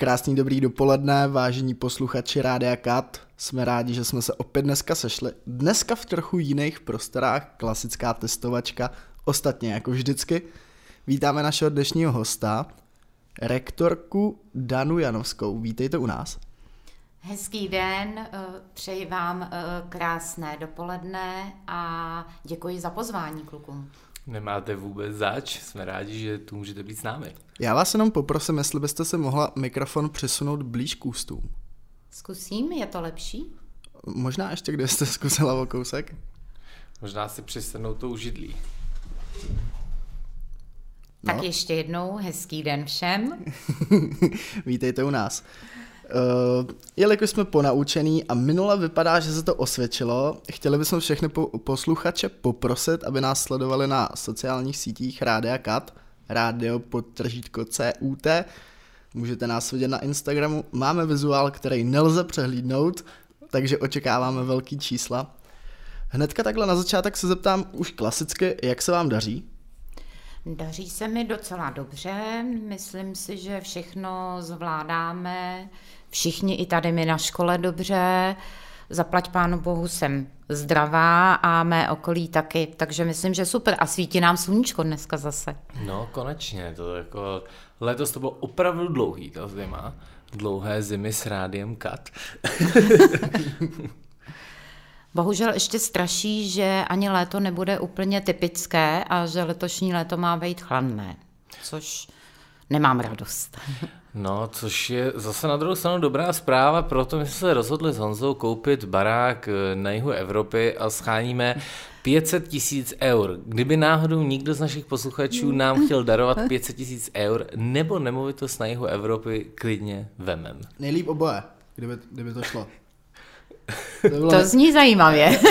Krásný dobrý dopoledne, vážení posluchači Rádia Kat. Jsme rádi, že jsme se opět dneska sešli. Dneska v trochu jiných prostorách, klasická testovačka, ostatně jako vždycky. Vítáme našeho dnešního hosta, rektorku Danu Janovskou. Vítejte u nás. Hezký den, přeji vám krásné dopoledne a děkuji za pozvání klukům. Nemáte vůbec zač, jsme rádi, že tu můžete být s námi. Já vás jenom poprosím, jestli byste se mohla mikrofon přesunout blíž k ústům. Zkusím, je to lepší? Možná ještě, kde jste zkusila o kousek? Možná si přesunout tou židlí. No. Tak ještě jednou, hezký den všem. Vítejte u nás. Jelikož jsme ponaučený a minule vypadá, že se to osvědčilo, chtěli bychom všechny posluchače poprosit, aby nás sledovali na sociálních sítích Rádia Kat, radio_CUT. Můžete nás vidět na Instagramu, máme vizuál, který nelze přehlídnout, takže očekáváme velký čísla. Hnedka takhle na začátek se zeptám už klasicky, jak se vám daří? Daří se mi docela dobře, myslím si, že všechno zvládáme, všichni i tady mi na škole dobře, zaplať pánu bohu jsem zdravá a mé okolí taky, takže myslím, že super a svítí nám sluníčko dneska zase. No konečně, to jako letos to bylo opravdu dlouhý, ta zima, dlouhé zimy s Rádiem Kat. Bohužel ještě straší, že ani léto nebude úplně typické a že letošní léto má být chladné, což nemám radost. No, což je zase na druhou stranu dobrá zpráva, proto my jsme se rozhodli s Honzou koupit barák na jihu Evropy a scháníme 500 000 eur. Kdyby náhodou nikdo z našich posluchačů nám chtěl darovat 500 000 eur nebo nemovitost na jihu Evropy, klidně vemem. Nejlíp oboje, kdyby to šlo. To zní zajímavě.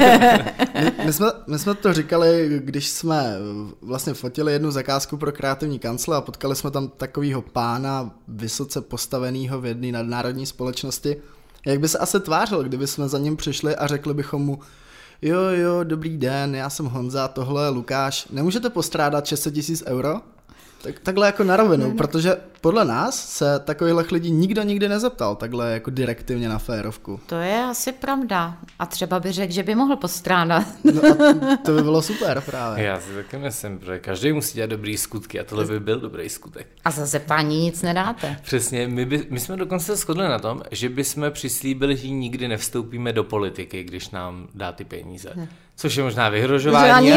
My jsme to říkali, když jsme vlastně fotili jednu zakázku pro kreativní kancle a potkali jsme tam takovýho pána vysoce postavenýho v jedné nadnárodní společnosti. Jak by se asi tvářil, kdyby jsme za ním přišli a řekli bychom mu: jo, dobrý den, já jsem Honza, tohle je Lukáš, nemůžete postrádat 600 000 euro? Takhle jako na rovinu, protože podle nás se takových lidí nikdo nikdy nezeptal takhle jako direktivně na férovku. To je asi pravda. A třeba by řekl, že by mohl postrádat. No a to by bylo super právě. Já si taky myslím, protože každý musí dělat dobrý skutky a tohle by byl dobrý skutek. A za zeptání nic nedáte. Přesně, my jsme dokonce se shodli na tom, že bychom přislíbili, že nikdy nevstoupíme do politiky, když nám dá ty peníze. Což je možná vyhrožování.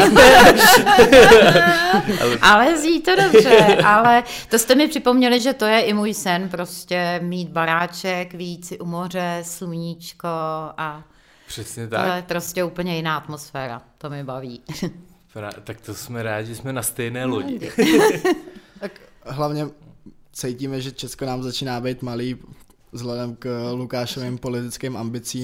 Ale zní to dobře, ale to jste mi připomněli, že to je i můj sen, prostě mít baráček, víc si u moře, sluníčko a přesně tak. To je prostě úplně jiná atmosféra, to mi baví. Tak to jsme rádi, že jsme na stejné lodi. Tak hlavně cítíme, že Česko nám začíná být malý vzhledem k Lukášovým politickým ambicím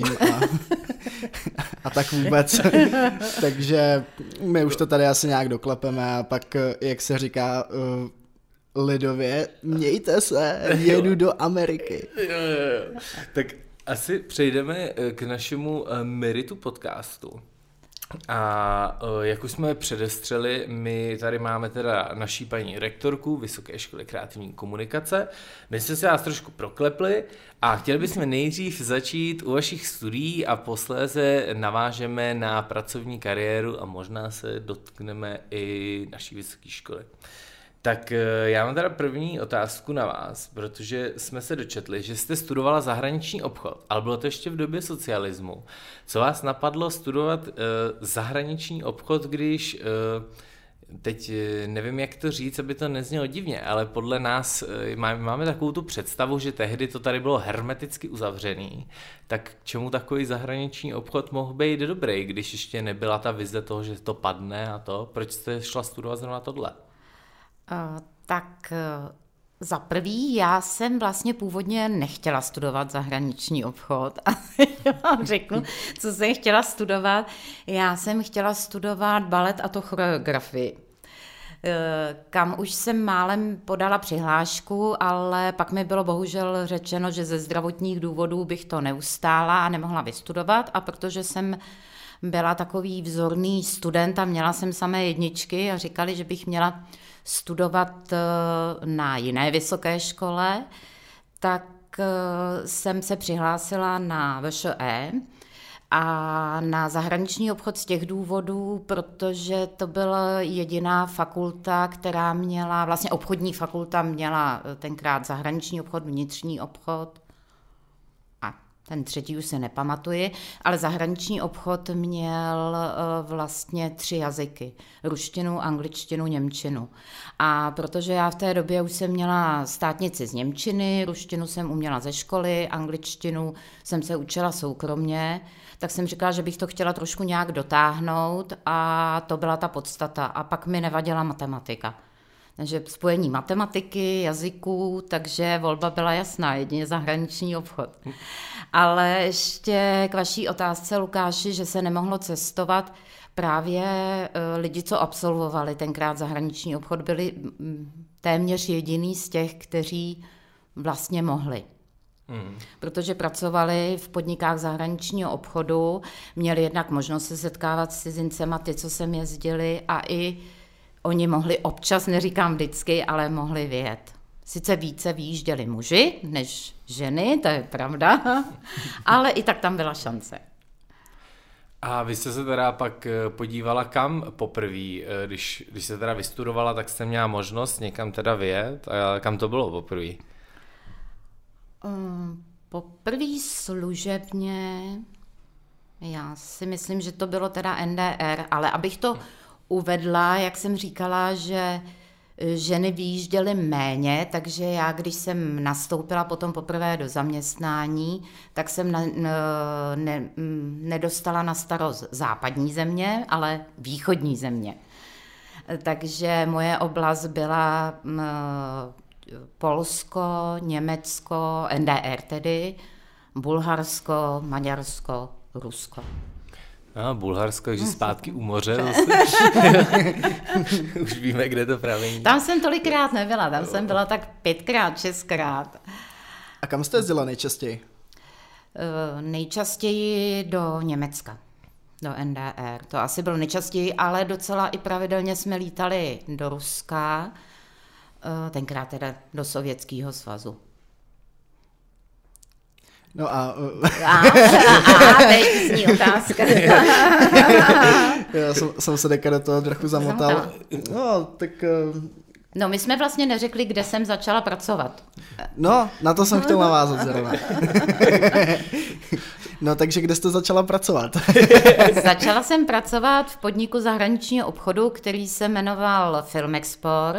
a tak vůbec. Takže my už to tady asi nějak doklepeme a pak, jak se říká lidově, mějte se, jedu do Ameriky. Jo. Tak asi přejdeme k našemu meritu podcastu. A jak už jsme předestřeli, my tady máme teda naší paní rektorku Vysoké školy kreativní komunikace. My jsme se vás trošku proklepli a chtěli bychom nejdřív začít u vašich studií a posléze navážeme na pracovní kariéru a možná se dotkneme i naší vysoké školy. Tak já mám teda první otázku na vás, protože jsme se dočetli, že jste studovala zahraniční obchod, ale bylo to ještě v době socialismu. Co vás napadlo studovat zahraniční obchod, když, teď nevím, jak to říct, aby to neznělo divně, ale podle nás máme takovou tu představu, že tehdy to tady bylo hermeticky uzavřený, tak k čemu takový zahraniční obchod mohl být dobrý, když ještě nebyla ta vize toho, že to padne a to? Proč jste šla studovat zrovna tohle? Tak za prvý, já jsem vlastně původně nechtěla studovat zahraniční obchod. A já vám řeknu, co jsem chtěla studovat. Já jsem chtěla studovat balet a to choreografii. Kam už jsem málem podala přihlášku, ale pak mi bylo bohužel řečeno, že ze zdravotních důvodů bych to neustála a nemohla vystudovat, a protože jsem byla takový vzorný student a měla jsem samé jedničky a říkali, že bych měla studovat na jiné vysoké škole, tak jsem se přihlásila na VŠE a na zahraniční obchod z těch důvodů, protože to byla jediná fakulta, která měla, vlastně obchodní fakulta měla tenkrát zahraniční obchod, vnitřní obchod a ten třetí už se nepamatuji, ale zahraniční obchod měl vlastně 3 jazyky, ruštinu, angličtinu, němčinu. A protože já v té době už jsem měla státnici z němčiny, ruštinu jsem uměla ze školy, angličtinu jsem se učila soukromně, tak jsem říkala, že bych to chtěla trošku nějak dotáhnout a to byla ta podstata. A pak mi nevadila matematika. Takže spojení matematiky, jazyků, takže volba byla jasná, jedině zahraniční obchod. Ale ještě k vaší otázce, Lukáši, že se nemohlo cestovat, právě lidi, co absolvovali tenkrát zahraniční obchod, byli téměř jediný z těch, kteří vlastně mohli. Protože pracovali v podnikách zahraničního obchodu, měli jednak možnost se setkávat s cizincema, ty, co sem jezdili, a i oni mohli občas, neříkám vždycky, ale mohli vyjet. Sice více vyjížděli muži než ženy, to je pravda, ale i tak tam byla šance. A vy jste se teda pak podívala kam poprvé, když se teda vystudovala, tak jste měla možnost někam teda vyjet, a kam to bylo poprvé? Poprvé služebně, já si myslím, že to bylo teda NDR, ale abych to uvedla, jak jsem říkala, že ženy vyjížděly méně, takže já, když jsem nastoupila potom poprvé do zaměstnání, tak jsem nedostala na starost západní země, ale východní země. Takže moje oblast byla Polsko, Německo, NDR tedy, Bulharsko, Maďarsko, Rusko. Bulharsko, takže zpátky u moře. Už víme, kde to pramení. Tam jsem tolikrát nebyla, tam jsem byla tak 5krát, 6krát. A kam jste jezdila nejčastěji? Nejčastěji do Německa, do NDR. To asi bylo nejčastěji, ale docela i pravidelně jsme lítali do Ruska, tenkrát teda do Sovětského svazu. No a teď zní otázka. Já jsem se do toho trochu zamotal. No, tak... No, my jsme vlastně neřekli, kde jsem začala pracovat. No, na to jsem chtěl navázat zrovna. No, takže kde jste začala pracovat? Začala jsem pracovat v podniku zahraničního obchodu, který se jmenoval Filmexport,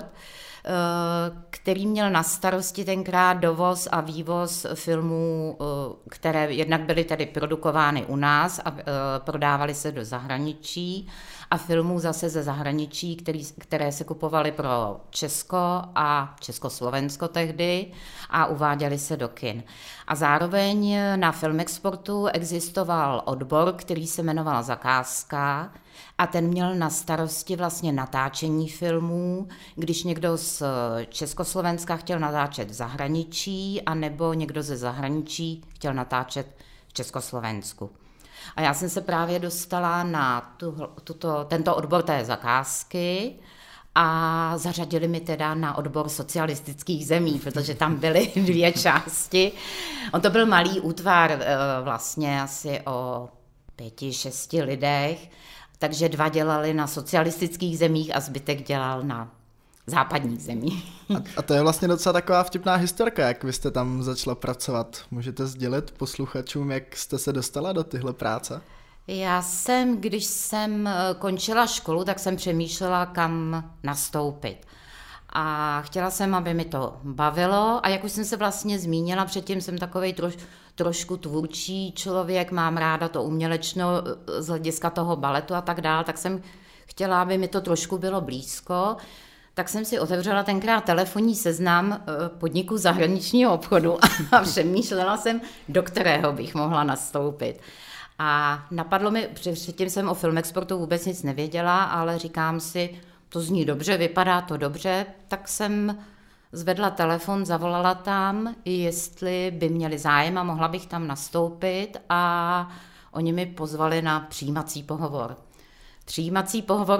který měl na starosti tenkrát dovoz a vývoz filmů, které jednak byly tedy produkovány u nás a prodávaly se do zahraničí, a filmů zase ze zahraničí, které se kupovaly pro Česko a Československo tehdy a uváděly se do kin. A zároveň na Filmexportu existoval odbor, který se jmenoval Zakázka, a ten měl na starosti vlastně natáčení filmů, když někdo z Československa chtěl natáčet v zahraničí, anebo někdo ze zahraničí chtěl natáčet v Československu. A já jsem se právě dostala na tento odbor té zakázky a zařadili mi teda na odbor socialistických zemí, protože tam byly 2 části. On to byl malý útvar, vlastně asi o 5-6 lidech, takže 2 dělali na socialistických zemích a zbytek dělal na západních zemích. A to je vlastně docela taková vtipná historka, jak vy jste tam začala pracovat. Můžete sdělit posluchačům, jak jste se dostala do tyhle práce? Já jsem, když jsem končila školu, tak jsem přemýšlela, kam nastoupit. A chtěla jsem, aby mi to bavilo, a jak už jsem se vlastně zmínila, předtím jsem takovej trošku tvůrčí člověk, mám ráda to umělečno z hlediska toho baletu a tak dál, tak jsem chtěla, aby mi to trošku bylo blízko, tak jsem si otevřela tenkrát telefonní seznam podniku zahraničního obchodu a přemýšlela jsem, do kterého bych mohla nastoupit. A napadlo mi, předtím jsem o Filmexportu vůbec nic nevěděla, ale říkám si, to zní dobře, vypadá to dobře, tak jsem zvedla telefon, zavolala tam, jestli by měli zájem a mohla bych tam nastoupit, a oni mi pozvali na přijímací pohovor. Přijímací pohovor se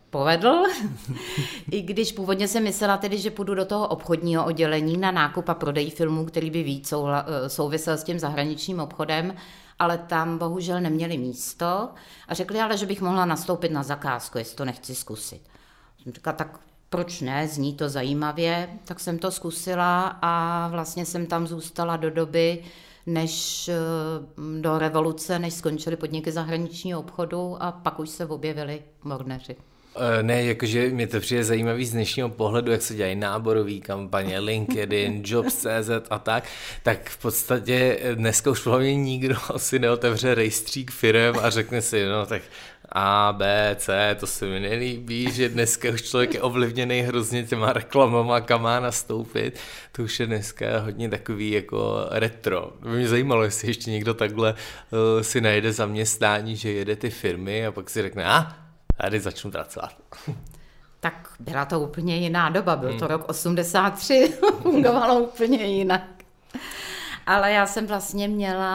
povedl, i když původně jsem myslela tedy, že půjdu do toho obchodního oddělení na nákup a prodej filmů, který by víc souvisel s tím zahraničním obchodem, ale tam bohužel neměli místo a řekli ale, že bych mohla nastoupit na zakázku, jestli to nechci zkusit. Jsem říkala, tak proč ne, zní to zajímavě, tak jsem to zkusila a vlastně jsem tam zůstala do doby, než do revoluce, než skončily podniky zahraničního obchodu a pak už se objevili Warneri. Ne, jakože mě to přijde zajímavý z dnešního pohledu, jak se dělají náborové kampaně, LinkedIn, Jobs.cz a tak v podstatě dneska už hlavně nikdo si neotevře rejstřík firem a řekne si, no tak A, B, C, to se mi nelíbí, že dneska už člověk je ovlivněný hrozně těma reklamama, kam má nastoupit, to už je dneska hodně takový jako retro. By mě zajímalo, jestli ještě někdo takhle si najde zaměstnání, že jede ty firmy a pak si řekne, tady začnu pracovat. Tak byla to úplně jiná doba, byl to rok 83, fungovalo úplně jinak. Ale já jsem vlastně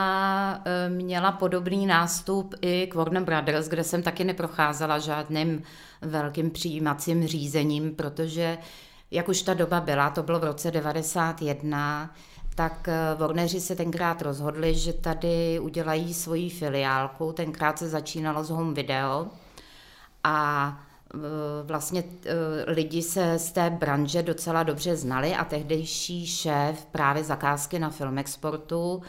měla podobný nástup i k Warner Brothers, kde jsem taky neprocházela žádným velkým přijímacím řízením, protože jak už ta doba byla, to bylo v roce 91, tak Warneri se tenkrát rozhodli, že tady udělají svoji filiálku, tenkrát se začínalo s home video a vlastně lidi se z té branže docela dobře znali a tehdejší šéf právě zakázky na Filmexportu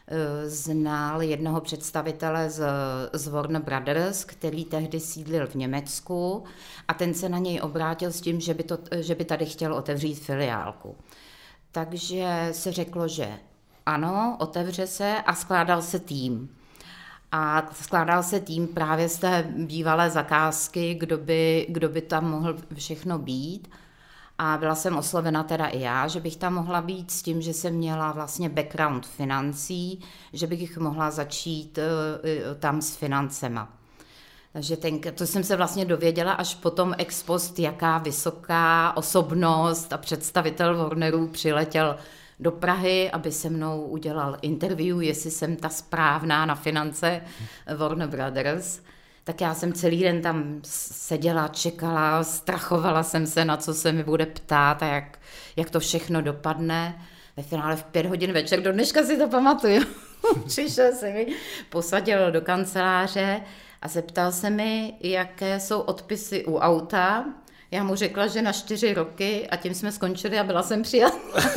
znal jednoho představitele z Warner Brothers, který tehdy sídlil v Německu a ten se na něj obrátil s tím, že by tady chtěl otevřít filiálku. Takže se řeklo, že ano, otevře se a skládal se tým. A skládal se tým právě z té bývalé zakázky, kdo by tam mohl všechno být. A byla jsem oslovena teda i já, že bych tam mohla být s tím, že jsem měla vlastně background financí, že bych mohla začít tam s financema. Takže to jsem se vlastně dověděla až potom ex post, jaká vysoká osobnost a představitel Warnerů přiletěl do Prahy, aby se mnou udělal interview, jestli jsem ta správná na finance Warner Brothers. Tak já jsem celý den tam seděla, čekala, strachovala jsem se, na co se mi bude ptát a jak to všechno dopadne. Ve finále v 5 hodin večer, do dneška si to pamatuju, přišel se mi, posadil do kanceláře a zeptal se mi, jaké jsou odpisy u auta. Já mu řekla, že na 4 roky a tím jsme skončili a byla jsem přijata.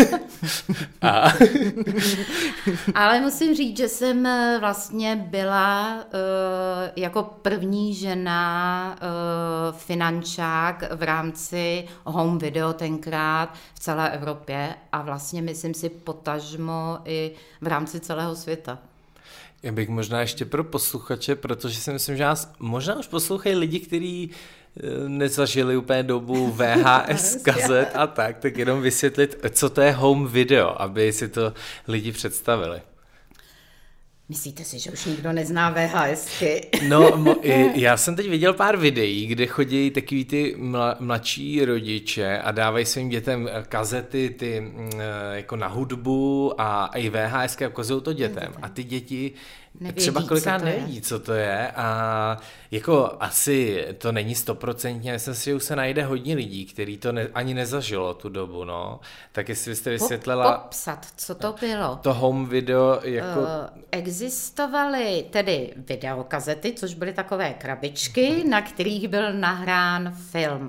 Ale musím říct, že jsem vlastně byla jako první žena finančák v rámci home video tenkrát v celé Evropě a vlastně myslím si potažmo i v rámci celého světa. Já bych možná ještě pro posluchače, protože si myslím, že nás možná už poslouchají lidi, kteří nezažili úplně dobu VHS kazet a tak jenom vysvětlit, co to je home video, aby si to lidi představili. Myslíte si, že už nikdo nezná VHSky? No, já jsem teď viděl pár videí, kde chodí takový ty mladší rodiče a dávají svým dětem kazety ty jako na hudbu a i VHSky a ukazují to dětem. A ty děti nevědí, třeba kolikrát neví, co to je a jako asi to není 100%, myslím si, že už se najde hodně lidí, kteří to ani nezažilo tu dobu, no. Tak jestli byste vysvětlila... Popsat, co to bylo. To home video jako... Existovaly tedy videokazety, což byly takové krabičky, na kterých byl nahrán film.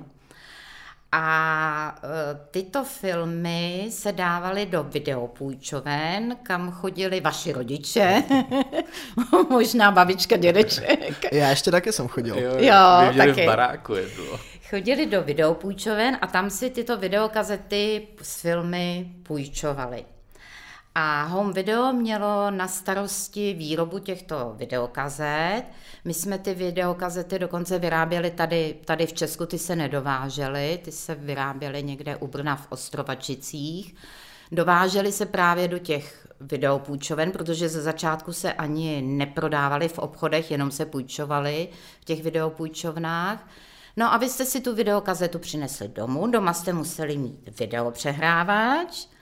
A tyto filmy se dávaly do videopůjčoven, kam chodili vaši rodiče, možná babička, dědeček. Já ještě taky jsem chodil. Jo, taky. V baráku jedno. Chodili do videopůjčoven a tam si tyto videokazety s filmy půjčovali. A home video mělo na starosti výrobu těchto videokazet. My jsme ty videokazety dokonce vyráběli tady v Česku, ty se nedovážely, ty se vyráběly někde u Brna v Ostrovačicích. Dovážely se právě do těch videopůjčoven, protože ze začátku se ani neprodávaly v obchodech, jenom se půjčovaly v těch videopůjčovnách. No a vy jste si tu videokazetu přinesli domů, doma jste museli mít videopřehrávač,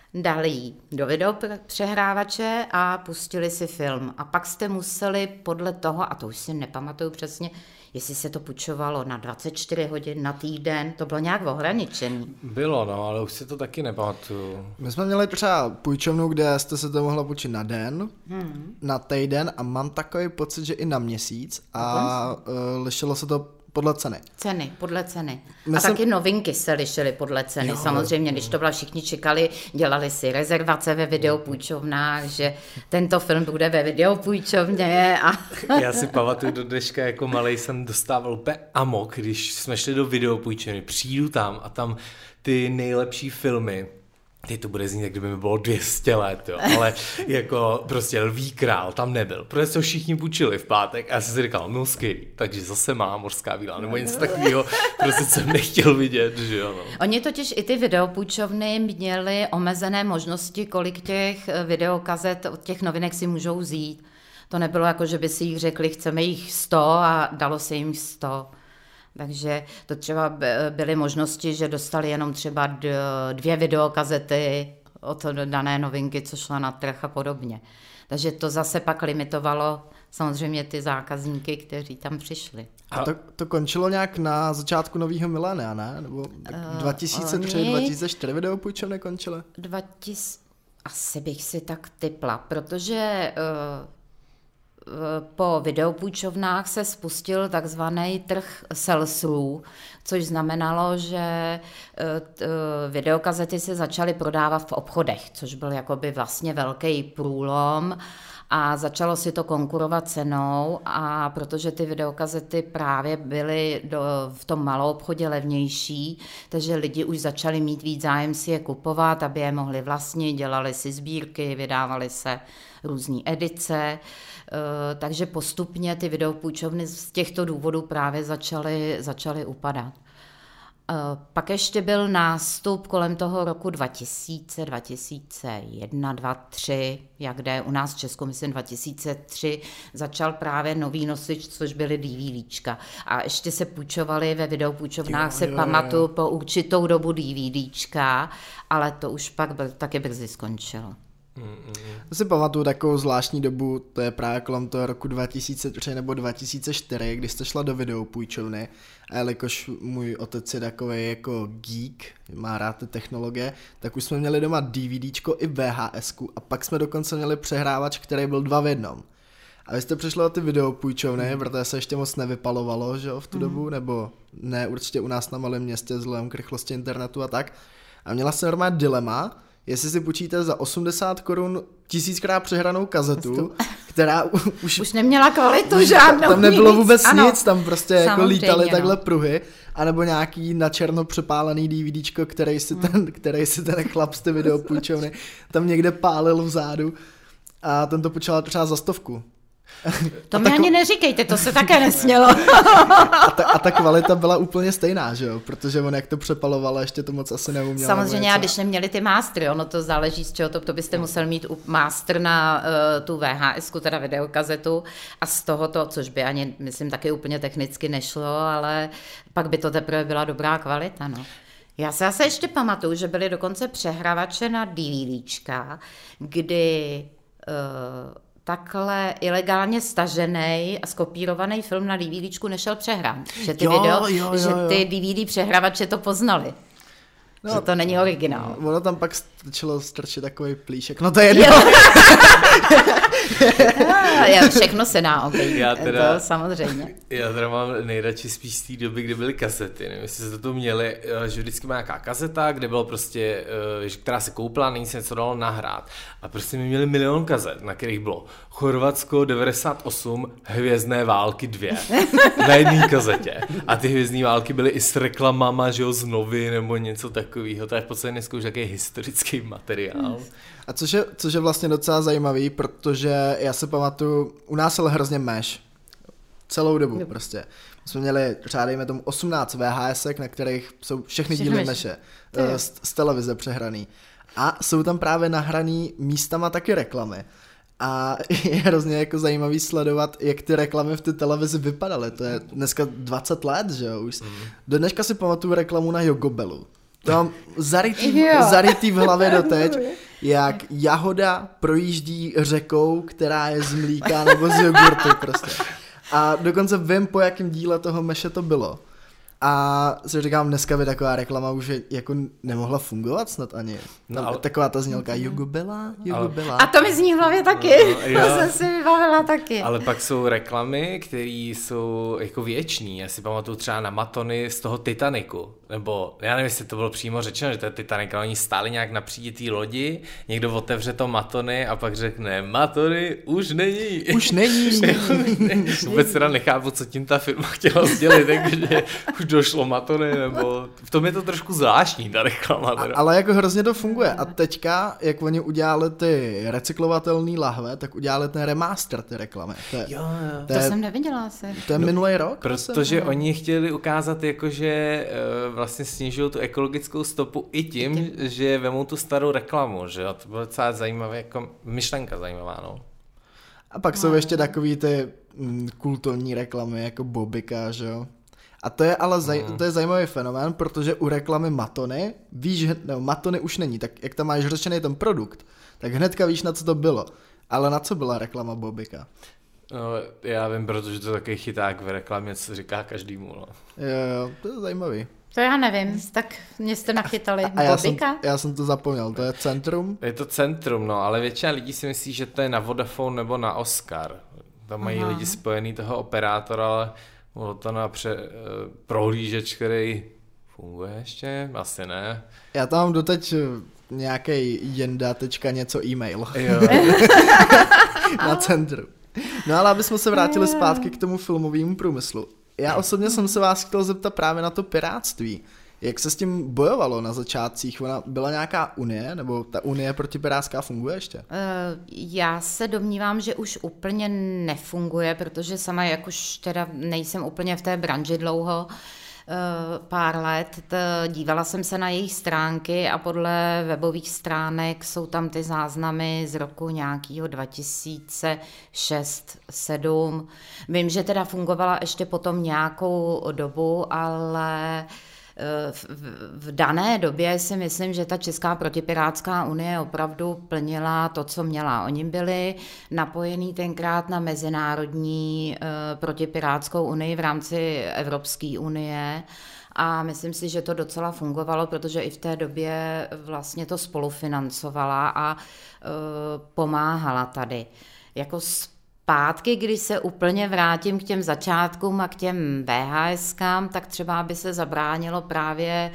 dali ji do videopřehrávače a pustili si film. A pak jste museli podle toho, a to už si nepamatuju přesně, jestli se to půjčovalo na 24 hodin, na týden, to bylo nějak ohraničený. Bylo, no, ale už si to taky nepamatuju. My jsme měli třeba půjčovnu, kde jste se to mohla půjčit na den, na týden a mám takový pocit, že i na měsíc a lišilo se to podle ceny. Podle ceny. A taky novinky se lišily podle ceny. Samozřejmě, když to byla, všichni čekali, dělali si rezervace ve videopůjčovnách, že tento film bude ve videopůjčovně. A... Já si pamatuju do dneška, jako malej jsem dostával úplně amok, když jsme šli do videopůjčovny. Přijdu tam a tam ty nejlepší filmy, teď to bude znít, jak kdyby mi bylo 200 let, jo, ale jako prostě Lví král tam nebyl, protože se všichni půjčili v pátek a já jsem si říkal, no skvělý, takže zase má Mořská víla, nebo něco takového, prostě jsem nechtěl vidět, že jo. No. Oni totiž i ty videopůjčovny měly omezené možnosti, kolik těch videokazet od těch novinek si můžou vzít. To nebylo jako, že by si jich řekli, chceme jich 100 a dalo se jim 100. Takže to třeba byly možnosti, že dostali jenom třeba 2 videokazety od dané novinky, co šla na trh a podobně. Takže to zase pak limitovalo samozřejmě ty zákazníky, kteří tam přišli. A to končilo nějak na začátku nového milénia, ne? Nebo 2003, 2004 videopůjčovny končily? Asi bych si tak tipla, protože... Po videopůjčovnách se spustil takzvaný trh sell-through, což znamenalo, že videokazety se začaly prodávat v obchodech, což byl jakoby vlastně velký průlom a začalo si to konkurovat cenou a protože ty videokazety právě byly v tom malou obchodě levnější, takže lidi už začali mít víc zájem si je kupovat, aby je mohli vlastnit, dělali si sbírky, vydávali se různé edice, takže postupně ty videopůjčovny z těchto důvodů právě začaly upadat. Pak ještě byl nástup kolem toho roku 2000, 2001, 2003, jak jde u nás v Česku, myslím 2003, začal právě nový nosič, což byly DVDčka. A ještě se půjčovaly ve videopůjčovnách, pamatuju, po určitou dobu DVDčka, ale to už pak taky brzy skončilo. Já si pamatuju takovou zvláštní dobu, to je právě kolem toho roku 2003 nebo 2004, když jste šla do videopůjčovny a jelikož můj otec je takovej jako geek, má rád ty technologie, tak už jsme měli doma DVDčko i VHSku a pak jsme dokonce měli přehrávač, který byl 2 v 1. A vy jste přišli o ty videopůjčovny, protože se ještě moc nevypalovalo, že jo, v tu dobu, nebo ne určitě u nás na malém městě vzhledem k rychlosti internetu a tak. A měla jsem normálně dilema, jestli si půjčíte za 80 korun 1000krát přehranou kazetu, která už neměla kvalitu žádnou. Tam nebylo vůbec nic, tam prostě jako samozřejmě, lítaly takhle pruhy, anebo nějaký na černo přepálený DVDčko, který si ten chlap z ty videopůjčovny tam někde pálil vzadu a ten to počal třeba za 100. To mi ani neříkejte, to se také nesmělo. A ta kvalita byla úplně stejná, že jo? Protože on jak to přepaloval, ještě to moc asi neuměl. Samozřejmě, a když neměli ty mastery, ono to záleží z čeho, to byste musel mít master na tu VHSku, teda videokazetu a z tohoto, což by ani, myslím, taky úplně technicky nešlo, ale pak by to teprve byla dobrá kvalita, no. Já se zase ještě pamatuju, že byly dokonce přehrávače na DVDčka, kdy takhle ilegálně stažený a skopírovaný film na DVDčku nešel přehrát. Že ty DVD přehrávače to poznali. No, že to není originál. Ono tam pak stačilo strčit takový plíšek. No to je jedno. Všechno se dá obejít, to samozřejmě. Já teda mám nejradši spíš z té doby, kdy byly kazety. Nevím, jestli jste to měli, že vždycky má nějaká kazeta, kde bylo prostě, která se koupila, není se něco dalo nahrát. A prostě my měli 1 000 000 kazet, na kterých bylo Chorvatsko 98, Hvězdné války 2 na jedné kazetě. A ty Hvězdné války byly i s reklamama, že jo, z novin nebo něco takového. To je v podstatě dneska už takový historický materiál. A což je vlastně docela zajímavý, protože já se pamatuju, u nás se hrozně meš. Celou dobu prostě. My jsme měli třeba dejme tomu 18 VHSek, na kterých jsou všechny díly meše z televize přehraný. A jsou tam právě nahraný místama taky reklamy. A je hrozně jako zajímavý sledovat, jak ty reklamy v té televizi vypadaly. To je dneska 20 let, že jo? Už. Do dneška si pamatuju reklamu na Jogobelu. To mám zarytý v hlavě doteď, jak Jahoda projíždí řekou, která je z mlíka nebo z jogurtu prostě. A dokonce vím, po jakém díle toho meše to bylo. A si říkám, dneska by taková reklama už jako nemohla fungovat snad ani. No, ale... Taková ta znělka Jugubela. A to mi zní v hlavě taky. To jsem si vybavila taky. Ale pak jsou reklamy, které jsou jako věční. Já si pamatuju třeba na matony z toho Titaniku. Nebo já nevím, jestli to bylo přímo řečeno, že to je Titanic, ale oni stáli nějak na přídi té lodi, někdo otevře to matony a pak řekne, matony už není. Už není. Vůbec teda nechápu, co tím ta firma chtěla sdělit, takže už došlo matony, nebo v tom je to trošku zvláštní, ta reklama. Ale jako hrozně to funguje. A teďka, jak oni udělali ty recyklovatelné lahve, tak udělali ten remaster ty reklamy. To jsem neviděla asi. To je minulý rok? Protože oni chtěli ukázat, jakože vlastně snižují tu ekologickou stopu i tím, že vemou tu starou reklamu, že jo. To bylo docela zajímavé, jako myšlenka zajímavá, no. A pak jsou ještě takový ty kultovní reklamy, jako Bobika, že jo. A to je ale to je zajímavý fenomén, protože u reklamy Matony víš, Matony už není, tak jak tam máš řešený ten produkt, tak hnedka víš, na co to bylo. Ale na co byla reklama Bobika? No, já vím, protože to je takový chyták v reklamě, co říká každému, no. Jo, to je zajímavý. To já nevím, tak mě jste nachytali. Bobika? Já jsem to zapomněl, to je Centrum? Je to Centrum, no, ale většina lidí si myslí, že to je na Vodafone nebo na Oscar. Tam mají lidi spojený toho operátora, ale bylo to na prohlížeč, který funguje ještě? Asi ne. Já tam mám doteď nějaký jenda něco e-mail. Na Centrum. No ale abychom se vrátili zpátky k tomu filmovému průmyslu. Já osobně jsem se vás chtěl zeptat právě na to pirátství. Jak se s tím bojovalo na začátcích? Ona byla nějaká unie, nebo ta unie protipirátská funguje ještě? Já se domnívám, že už úplně nefunguje, protože sama, jak už teda nejsem úplně v té branži dlouho, pár let, dívala jsem se na jejich stránky a podle webových stránek jsou tam ty záznamy z roku nějakého 2006-2007. Vím, že teda fungovala ještě potom nějakou dobu, ale v dané době si myslím, že ta Česká protipirátská unie opravdu plnila to, co měla. Oni byli napojení tenkrát na mezinárodní protipirátskou unii v rámci Evropské unie a myslím si, že to docela fungovalo, protože i v té době vlastně to spolufinancovala a pomáhala tady. Jako zpátky, když se úplně vrátím k těm začátkům a k těm VHSkám, tak třeba by se zabránilo právě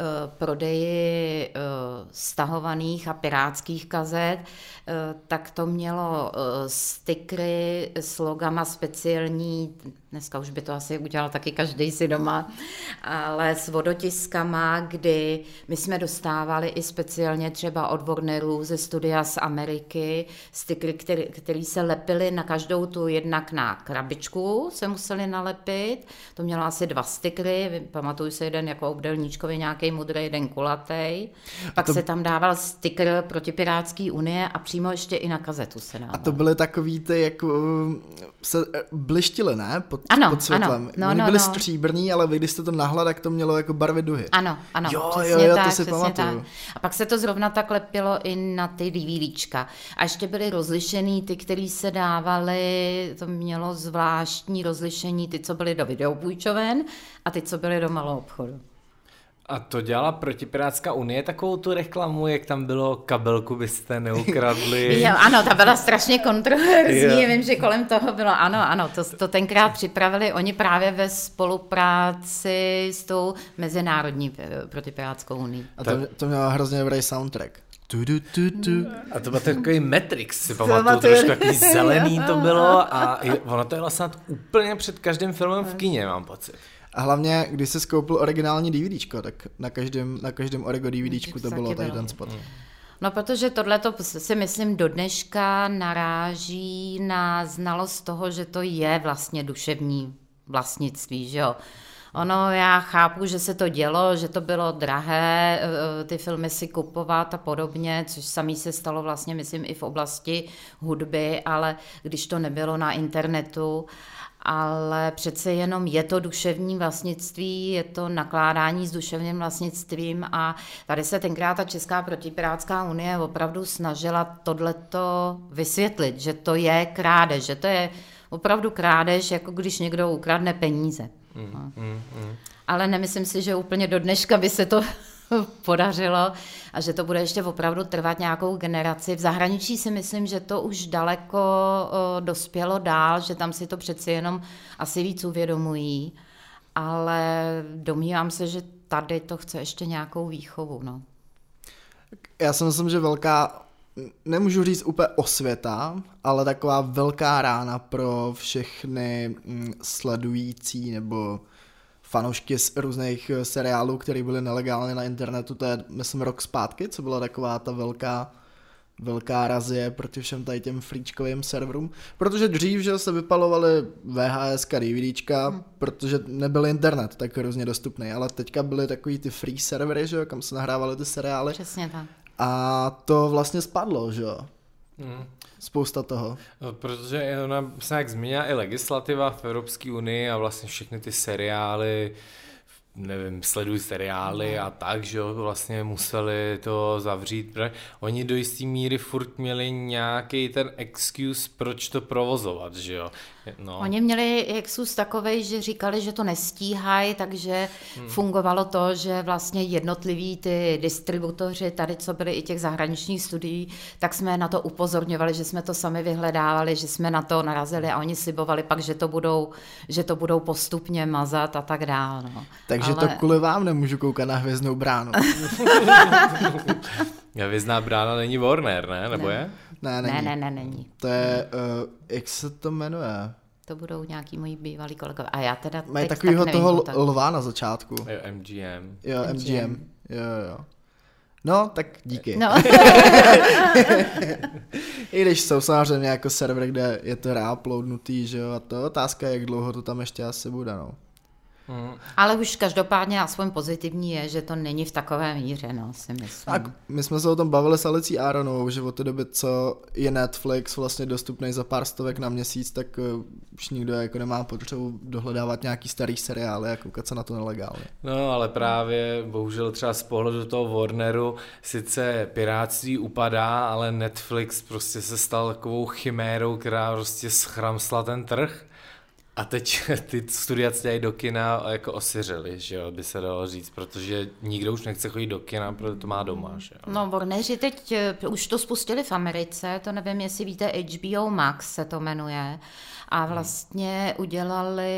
prodeji stahovaných a pirátských kazet, tak to mělo stikry s logama speciální, dneska už by to asi udělal taky každý si doma, ale s vodotiskama, kdy my jsme dostávali i speciálně třeba od Warnerů ze studia z Ameriky stikry, které se lepily na každou tu jednak na krabičku, se museli nalepit, to mělo asi 2 stikry, pamatuju se jeden jako obdelníčkový nějaký mudrý, jeden kulatý, pak se tam dával stikr protipirátské unie a přímo ještě i na kazetu se dával. A to byly takový ty, jako se blištily, ne? Pod světlem. Ano. Oni byli stříbrní, ale vy, když jste to nahla, tak to mělo jako barvy duhy. Ano, jo, tak, to si pamatuju. A pak se to zrovna tak lepilo i na ty DVDčka. A ještě byly rozlišený ty, který se dávaly, to mělo zvláštní rozlišení, ty, co byly do videopůjčoven a ty, co byly do malou obchodu. A to dělala protipirátská unie takovou tu reklamu, jak tam bylo kabelku byste neukradli. Jo, ano, ta byla strašně kontroverzní, vím, že kolem toho bylo, ano, to tenkrát připravili oni právě ve spolupráci s tou mezinárodní protipirátskou unii. A to mělo hrozně dobrý soundtrack. A to byl takový Matrix, si pamatuju, trošku takový zelený to bylo a ono to je vlastně úplně před každým filmem v kině, mám pocit. A hlavně, když jsi skoupil originální DVDčko, tak na každém Origo DVDčku to bylo tady ten spot. No, protože tohleto si myslím do dneška naráží na znalost toho, že to je vlastně duševní vlastnictví, že jo. Ono, já chápu, že se to dělo, že to bylo drahé, ty filmy si kupovat a podobně, což samý se stalo vlastně, myslím, i v oblasti hudby, ale když to nebylo na internetu ale přece jenom je to duševní vlastnictví, je to nakládání s duševním vlastnictvím a tady se tenkrát ta Česká protipirátská unie opravdu snažila tohleto vysvětlit, že to je krádež, že to je opravdu krádež, jako když někdo ukradne peníze. Ale nemyslím si, že úplně do dneška by se to podařilo a že to bude ještě opravdu trvat nějakou generaci. V zahraničí si myslím, že to už daleko dospělo dál, že tam si to přeci jenom asi víc uvědomují, ale domnívám se, že tady to chce ještě nějakou výchovu. No. Já si myslím, že velká, nemůžu říct úplně osvěta, ale taková velká rána pro všechny sledující nebo fanoušky z různých seriálů, které byly nelegálně na internetu, to je, myslím, rok zpátky, co byla taková ta velká razie proti všem tady těm flíčkovým serverům, protože dřív, že se vypalovaly VHSka, DVDčka, protože nebyl internet tak hrozně dostupný, ale teďka byly takový ty free servery, že jo, kam se nahrávaly ty seriály. Přesně tak. A to vlastně spadlo, že jo. Spousta toho. No, protože ona se jak změnila i legislativa v Evropské unii a vlastně všechny ty seriály, nevím, sledují seriály a tak, že jo, vlastně museli to zavřít, protože oni do jistý míry furt měli nějaký ten excuse, proč to provozovat, že jo. No. Oni měli exus takovej, že říkali, že to nestíhají, takže fungovalo to, že vlastně jednotliví ty distributoři, tady co byli i těch zahraničních studií, tak jsme na to upozorňovali, že jsme to sami vyhledávali, že jsme na to narazili a oni slibovali pak, že to budou postupně mazat a tak dál. No. Takže to kvůli vám nemůžu koukat na Hvězdnou bránu. Hvězdná brána není Warner, ne? Nebo je? Ne, není. To je, jak se to jmenuje? To budou nějaký moji bývalí kolegové. A já teda mají takovýho tak toho nevím, lva na začátku. Jo, MGM. Jo, MGM. Jo. No, tak díky. No. I když jsou samozřejmě jako server, kde je to reuploadnutý, že jo, a to otázka je, jak dlouho to tam ještě asi bude, no. Ale už každopádně aspoň pozitivní je, že to není v takové míře, no, si myslím. Tak my jsme se o tom bavili s Alicí Aronovou, že od té doby, co je Netflix vlastně dostupný za pár stovek na měsíc, tak už nikdo jako nemá potřebu dohledávat nějaký starý seriály a koukat se na to nelegálně. No, ale právě bohužel třeba z pohledu toho Warneru sice pirátství upadá, ale Netflix prostě se stal takovou chimérou, která prostě schramsla ten trh. A teď ty studia dělají do kina a jako osiřeli, že jo, by se dalo říct, protože nikdo už nechce chodit do kina, protože to má doma, že jo. No, Warneri teď už to spustili v Americe, to nevím, jestli víte, HBO Max se to jmenuje, a vlastně udělali,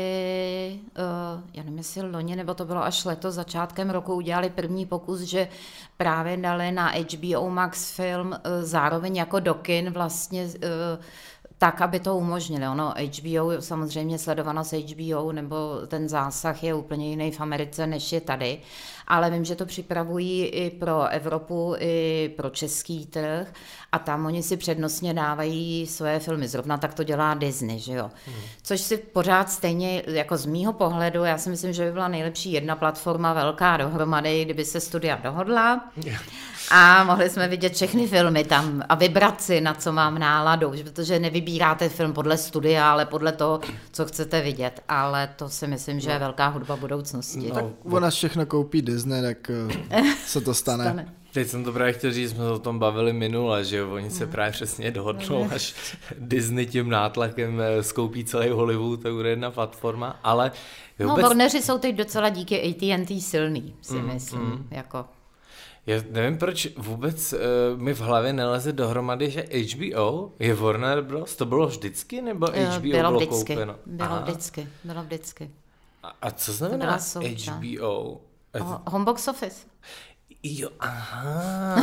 já nevím, jestli loni, nebo to bylo až letos, začátkem roku udělali první pokus, že právě dali na HBO Max film zároveň jako do kin vlastně tak, aby to umožnili. Ono HBO, samozřejmě sledovanost HBO nebo ten zásah je úplně jiný v Americe, než je tady, ale vím, že to připravují i pro Evropu, i pro český trh a tam oni si přednostně dávají své filmy. Zrovna tak to dělá Disney, že jo. Což si pořád stejně, jako z mýho pohledu, já si myslím, že by byla nejlepší jedna platforma velká dohromady, kdyby se studia dohodla a mohli jsme vidět všechny filmy tam a vybrat si, na co mám náladu, protože nevybíráte film podle studia, ale podle toho, co chcete vidět, ale to si myslím, že je velká hudba budoucnosti. No, tak ona všechno koupí Disney, tak se to stane. Teď jsem to právě chtěl říct, jsme se o tom bavili minule, že jo, oni se právě přesně dohodnou, až Disney tím nátlakem skoupí celý Hollywood, to bude jedna platforma, ale... No, Warneri jsou teď docela díky AT&T silný, si myslím, jako... Já nevím, proč vůbec mi v hlavě neleze dohromady, že HBO je Warner Bros. To bylo vždycky, nebo HBO bylo koupeno? Bylo vždycky. A co znamená HBO? Homebox Office. Jo, aha.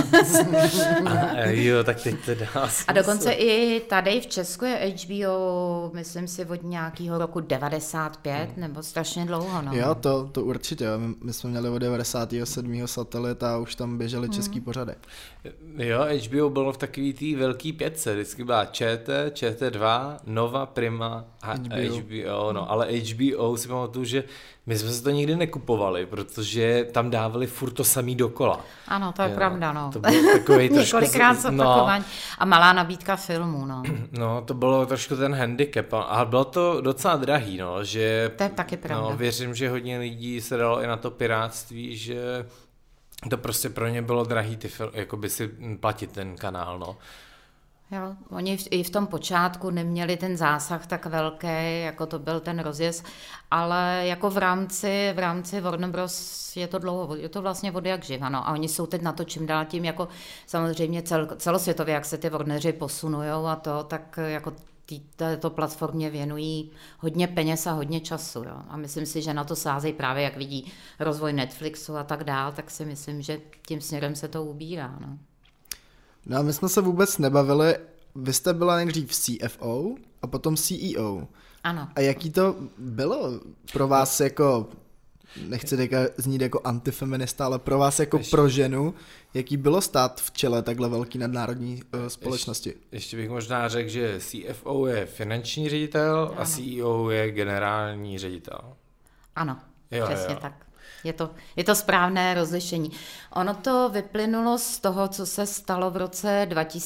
Jo, tak teď to dá smysl. A dokonce i tady v Česku je HBO, myslím si, od nějakého roku 95, nebo strašně dlouho. No. Jo, to určitě. My jsme měli od 97. satelit a už tam běžely český pořady. Jo, HBO bylo v takový tý velký pětce. Vždycky byla ČT2, Nova, Prima a HBO. No, ale HBO si pamatuju, že My jsme se to nikdy nekupovali, protože tam dávali furt to samý dokola. Ano, to je pravda, no. To bylo takový trošku... Několikrát zopakování. A malá nabídka filmů, no. No, to bylo trošku ten handicap. A bylo to docela drahý, no, že... To je taky pravda. No, věřím, že hodně lidí se dalo i na to pirátství, že to prostě pro ně bylo drahý jakoby si platit ten kanál, no. Jo, oni i v tom počátku neměli ten zásah tak velký, jako to byl ten rozjezd, ale jako v rámci Warner Bros. Je to dlouho, je to vlastně od jak živa, no. A oni jsou teď na to čím dál tím, jako samozřejmě celosvětově, jak se ty Warneri posunujou a to, tak jako této platformě věnují hodně peněz a hodně času. Jo. A myslím si, že na to sázejí právě, jak vidí rozvoj Netflixu a tak dál, tak si myslím, že tím směrem se to ubírá. No. No a my jsme se vůbec nebavili, vy jste byla nejdřív CFO a potom CEO. Ano. A jaký to bylo pro vás jako, nechci znít jako antifeminista, ale pro vás jako pro ženu, jaký bylo stát v čele takhle velký nadnárodní společnosti? Ještě bych možná řekl, že CFO je finanční ředitel a CEO je generální ředitel. Ano, přesně tak. Je to správné rozlišení. Ono to vyplynulo z toho, co se stalo v roce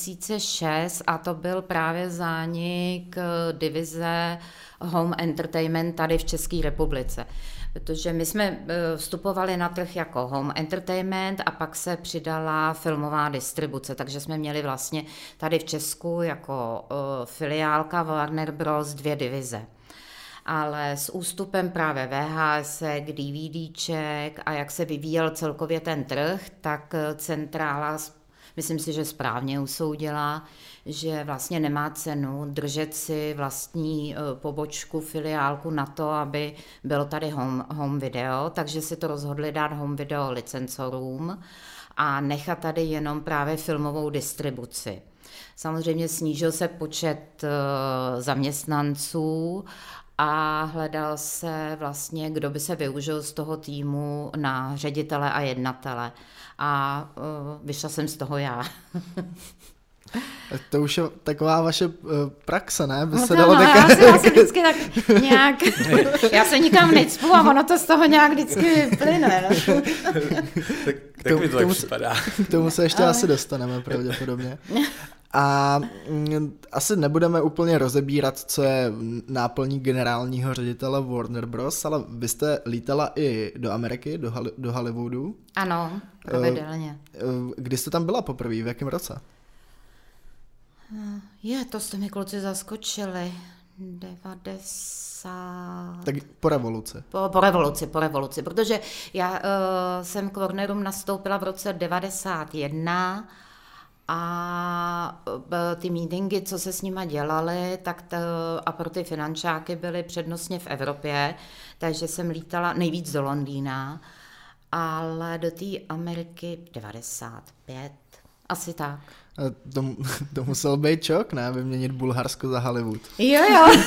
2006 a to byl právě zánik divize Home Entertainment tady v České republice. Protože my jsme vstupovali na trh jako Home Entertainment a pak se přidala filmová distribuce, takže jsme měli vlastně tady v Česku jako filiálka Warner Bros. 2 divize. Ale s ústupem právě VHS, DVDček a jak se vyvíjel celkově ten trh, tak centrála, myslím si, že správně usoudila, že vlastně nemá cenu držet si vlastní pobočku, filiálku na to, aby bylo tady home video, takže si to rozhodli dát home video licencorům a nechat tady jenom právě filmovou distribuci. Samozřejmě snížil se počet zaměstnanců a hledal se vlastně, kdo by se využil z toho týmu na ředitele a jednatele. A vyšla jsem z toho já. To už je taková vaše praxe, ne? By se dalo já si vždycky tak nějak... Já se nikam necpu a ono to z toho nějak vždycky vyplyne. tak mi to tak připadá. K tomu se ještě asi dostaneme pravděpodobně. A asi nebudeme úplně rozebírat, co je náplní generálního ředitele Warner Bros., ale vy jste lítala i do Ameriky, do Hollywoodu. Ano, pravidelně. Kdy jste tam byla poprvé, v jakém roce? To jste mi kluci zaskočili. 90... Tak po revoluci. Po revoluci, protože já jsem k Warnerům nastoupila v roce 91 a ty meetingy, co se s nima dělaly, tak a pro ty finančáky byly přednostně v Evropě, takže jsem lítala nejvíc do Londýna, ale do té Ameriky 95, asi tak. To musel být šok, ne? Vyměnit Bulharsko za Hollywood. Jo.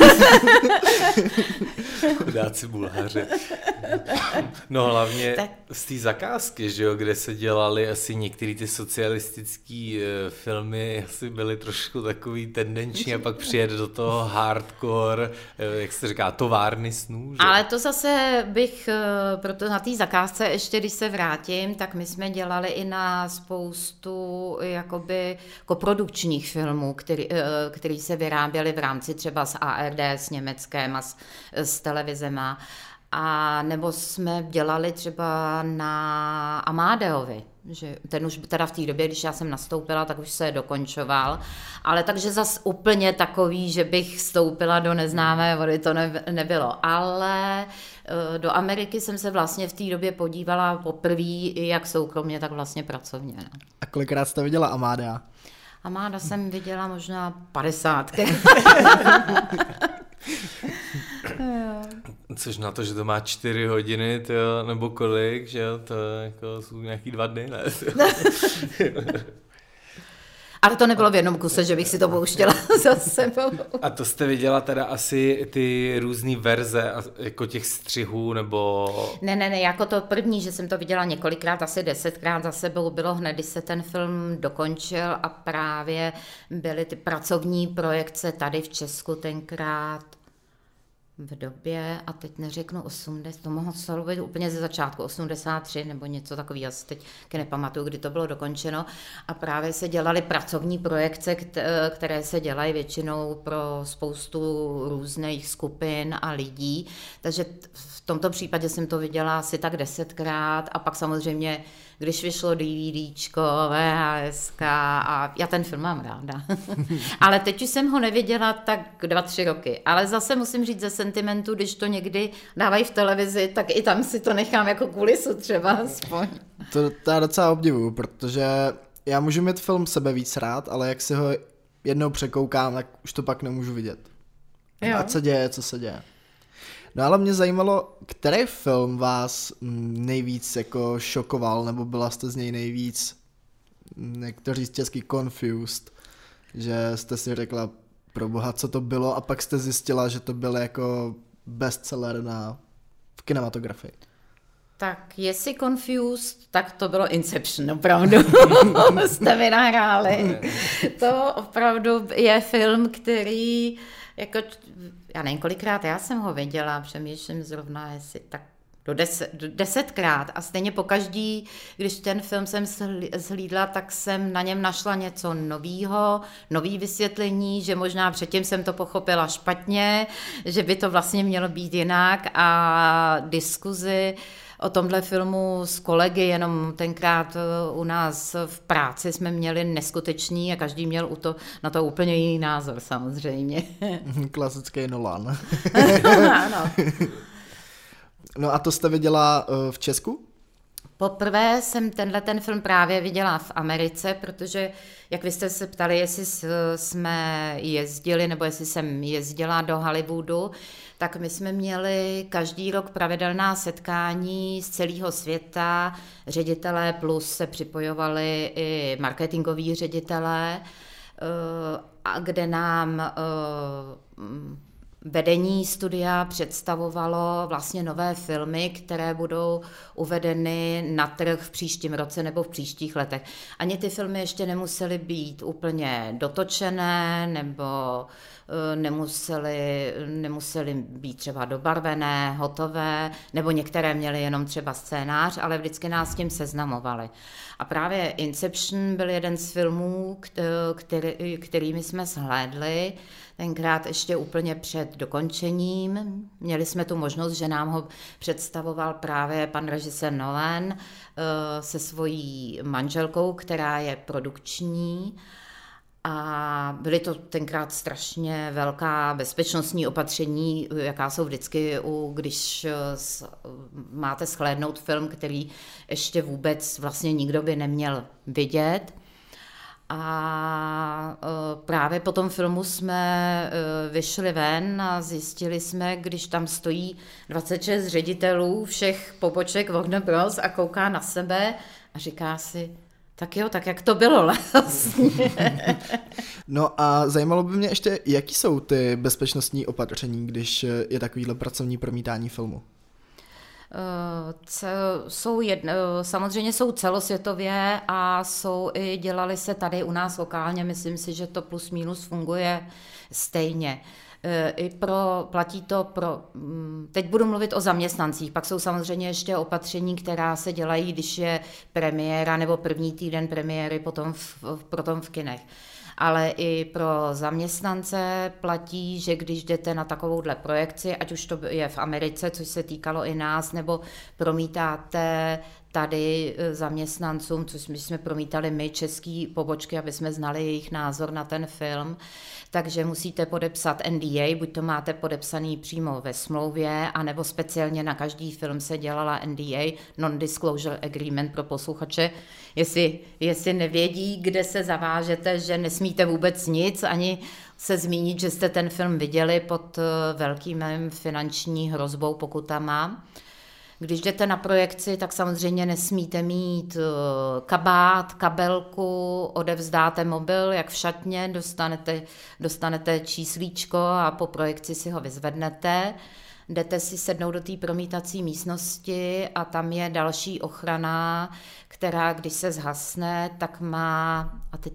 Chudáci Bulhaři. No hlavně z té zakázky, že jo, kde se dělaly asi některé ty socialistické filmy, asi byly trošku takový tendenční a pak přijet do toho hardcore, jak se říká, továrny snů. Že? Ale to zase bych, proto na té zakázce, ještě když se vrátím, tak my jsme dělali i na spoustu jakoby koprodukčních filmů, který se vyráběly v rámci třeba s ARD, s Německem a s televizema. A nebo jsme dělali třeba na Amadeovi, že ten už teda v té době, když já jsem nastoupila, tak už se dokončoval, ale takže zas úplně takový, že bych vstoupila do neznámé vody, to nebylo, ale do Ameriky jsem se vlastně v té době podívala poprvé, jak soukromně, tak vlastně pracovně. No. A kolikrát jste viděla Amadea? Amáda jsem viděla možná 50. Což na to, že to má 4 hodiny, tyjo, nebo kolik, že jo, to jako jsou nějaký 2 dny, ne? Ale to nebylo v jednom kuse, že bych si to pouštěla za sebou. A to jste viděla teda asi ty různý verze, jako těch střihů, nebo... Ne, jako to první, že jsem to viděla několikrát, asi 10krát za sebou, bylo hned, když se ten film dokončil a právě byly ty pracovní projekce tady v Česku tenkrát. v době, a teď neřeknu 80, to mohlo být úplně ze začátku, 83 nebo něco takového, já si teď nepamatuju, kdy to bylo dokončeno, a právě se dělaly pracovní projekce, které se dělají většinou pro spoustu různých skupin a lidí, takže v tomto případě jsem to viděla asi tak 10krát a pak samozřejmě, když vyšlo DVDčko, VHSK a já ten film mám ráda. Ale teď už jsem ho neviděla tak 2-3 roky. Ale zase musím říct ze sentimentu, když to někdy dávají v televizi, tak i tam si to nechám jako kulisu třeba aspoň. To já docela obdivuju, protože já můžu mít film sebe víc rád, ale jak si ho jednou překoukám, tak už to pak nemůžu vidět. A co se děje. No ale mě zajímalo, který film vás nejvíc jako šokoval, nebo byla jste z něj nejvíc, jak to říct česky, confused, že jste si řekla, proboha, co to bylo, a pak jste zjistila, že to byl jako bestseller v kinematografii. Tak jestli confused, tak to bylo Inception, opravdu. Jste mi nahráli. To opravdu je film, který jako, já nevím, kolikrát já jsem ho viděla, přemýšlím zrovna, jestli tak do 10krát a stejně pokaždý, když ten film jsem zhlídla, tak jsem na něm našla něco novýho, nový vysvětlení, že možná předtím jsem to pochopila špatně, že by to vlastně mělo být jinak, a diskuzi o tomhle filmu s kolegy, jenom tenkrát u nás v práci jsme měli neskutečný a každý měl na to úplně jiný názor samozřejmě. Klasický Nolan. Ano. No a to jste viděla v Česku? Poprvé jsem ten film právě viděla v Americe, protože, jak vy jste se ptali, jestli jsme jezdili, nebo jestli jsem jezdila do Hollywoodu, tak my jsme měli každý rok pravidelná setkání z celého světa, ředitelé plus se připojovali i marketingoví ředitelé, a kde nám vedení studia představovalo vlastně nové filmy, které budou uvedeny na trh v příštím roce nebo v příštích letech. Ani ty filmy ještě nemusely být úplně dotočené nebo nemusely být třeba dobarvené, hotové, nebo některé měly jenom třeba scénář, ale vždycky nás s tím seznamovali. A právě Inception byl jeden z filmů, kterými jsme shlédli, tenkrát ještě úplně před dokončením. Měli jsme tu možnost, že nám ho představoval právě pan režisér Nolan se svojí manželkou, která je produkční. A byly to tenkrát strašně velká bezpečnostní opatření, jaká jsou vždycky, když máte shlédnout film, který ještě vůbec vlastně nikdo by neměl vidět. A právě po tom filmu jsme vyšli ven a zjistili jsme, když tam stojí 26 ředitelů všech poboček Warner Bros. A kouká na sebe a říká si, tak jo, tak jak to bylo vlastně. No a zajímalo by mě ještě, jaký jsou ty bezpečnostní opatření, když je takovýhle pracovní promítání filmu? Samozřejmě jsou celosvětově a dělali se tady u nás lokálně, myslím si, že to plus minus funguje stejně. Platí to pro, teď budu mluvit o zaměstnancích, pak jsou samozřejmě ještě opatření, která se dělají, když je premiéra nebo první týden premiéry potom v kinech. Ale i pro zaměstnance platí, že když jdete na takovouhle projekci, ať už to je v Americe, což se týkalo i nás, nebo promítáte tady zaměstnancům, což jsme promítali my, český pobočky, aby jsme znali jejich názor na ten film, takže musíte podepsat NDA, buď to máte podepsaný přímo ve smlouvě, anebo speciálně na každý film se dělala NDA, Non-Disclosure Agreement pro posluchače, jestli nevědí, kde se zavážete, že nesmíte vůbec nic, ani se zmínit, že jste ten film viděli pod velkým finanční hrozbou, pokutama. Když jdete na projekci, tak samozřejmě nesmíte mít kabát, kabelku, odevzdáte mobil, jak v šatně, dostanete číslíčko a po projekci si ho vyzvednete. Jdete si sednout do té promítací místnosti a tam je další ochrana, která, když se zhasne, tak má, a teď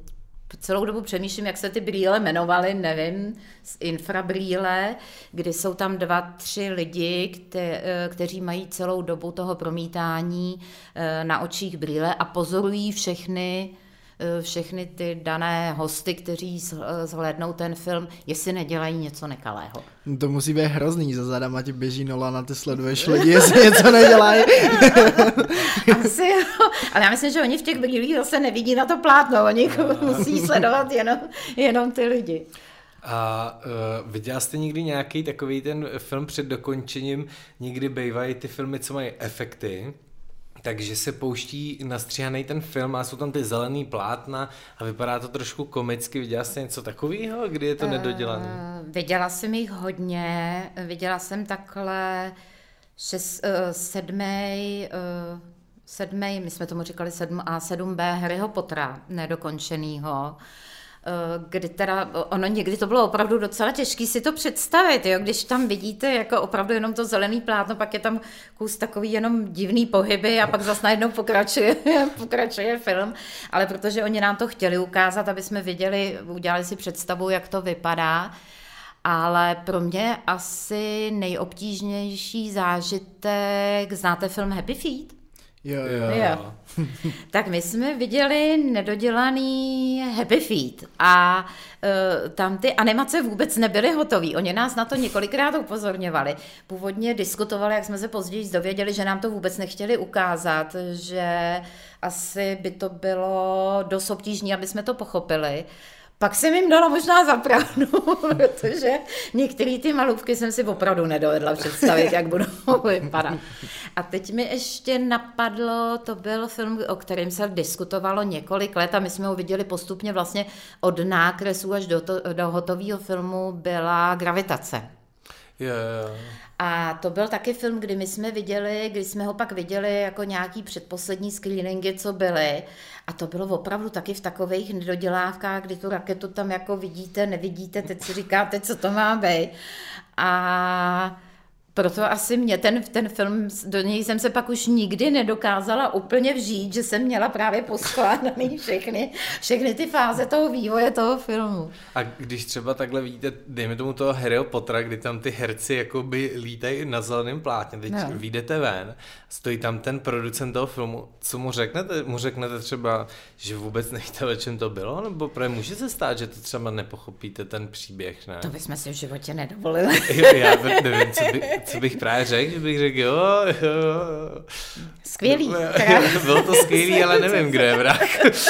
celou dobu přemýšlím, jak se ty brýle jmenovaly, nevím, z infrabrýle, kdy jsou tam 2-3 lidi, kteří mají celou dobu toho promítání na očích brýle a pozorují všechny ty dané hosty, kteří zhlédnou ten film, jestli nedělají něco nekalého. To musí být hrozný, za zadama ti běží Nolan a ty sleduješ lidi, jestli něco nedělají. Asi jo, ale já myslím, že oni v těch brýlích zase nevidí na to plátno, oni musí sledovat jenom ty lidi. A viděla jste někdy nějaký takový ten film před dokončením, někdy bývají ty filmy, co mají efekty, takže se pouští nastříhaný ten film a jsou tam ty zelený plátna a vypadá to trošku komicky. Viděla jste něco takového, kdy je to nedodělané? Viděla jsem jich hodně. Viděla jsem takhle sedmý, my jsme tomu říkali 7A, 7B Harryho Pottera, nedokončenýho. Kdy teda, ono někdy to bylo opravdu docela těžké si to představit, jo? Když tam vidíte jako opravdu jenom to zelený plátno, pak je tam kus takový jenom divný pohyby a pak zase najednou pokračuje film, ale protože oni nám to chtěli ukázat, aby jsme viděli, udělali si představu, jak to vypadá, ale pro mě asi nejobtížnější zážitek, znáte film Happy Feet? Jo. Tak my jsme viděli nedodělaný Happy Feet a tam ty animace vůbec nebyly hotový. Oni nás na to několikrát upozorňovali. Původně diskutovali, jak jsme se později dověděli, že nám to vůbec nechtěli ukázat, že asi by to bylo dost obtížné, aby jsme to pochopili. Pak jsem jim dala možná za pravdu, protože některé ty malůvky jsem si opravdu nedovedla představit, jak budou vypadat. A teď mi ještě napadlo, to byl film, o kterém se diskutovalo několik let a my jsme ho viděli postupně vlastně od nákresů až do hotového filmu, byla Gravitace. Yeah. A to byl taky film, kdy jsme ho pak viděli jako nějaký předposlední screeningy, co byly. A to bylo opravdu taky v takových nedodělávkách, kdy tu raketu tam jako vidíte, nevidíte, teď si říkáte, co to má být. A proto asi mě ten film, do něj jsem se pak už nikdy nedokázala úplně vžít, že jsem měla právě poskládaný všechny ty fáze toho vývoje toho filmu. A když třeba takhle vidíte, dejme tomu toho Harryho Pottera, kdy tam ty herci jakoby lítají na zeleném plátně, teď vyjdete ven, stojí tam ten producent toho filmu, co mu řeknete? Mu řeknete třeba, že vůbec nevíte, o čem to bylo? Nebo právě může se stát, že to třeba nepochopíte ten příběh, ne? To bychom si v životě nedovolili. Já nevím, co bych právě řekl, že bych řekl, jo. Skvělý. Bylo to skvělý, ale nevím, kde je vrah.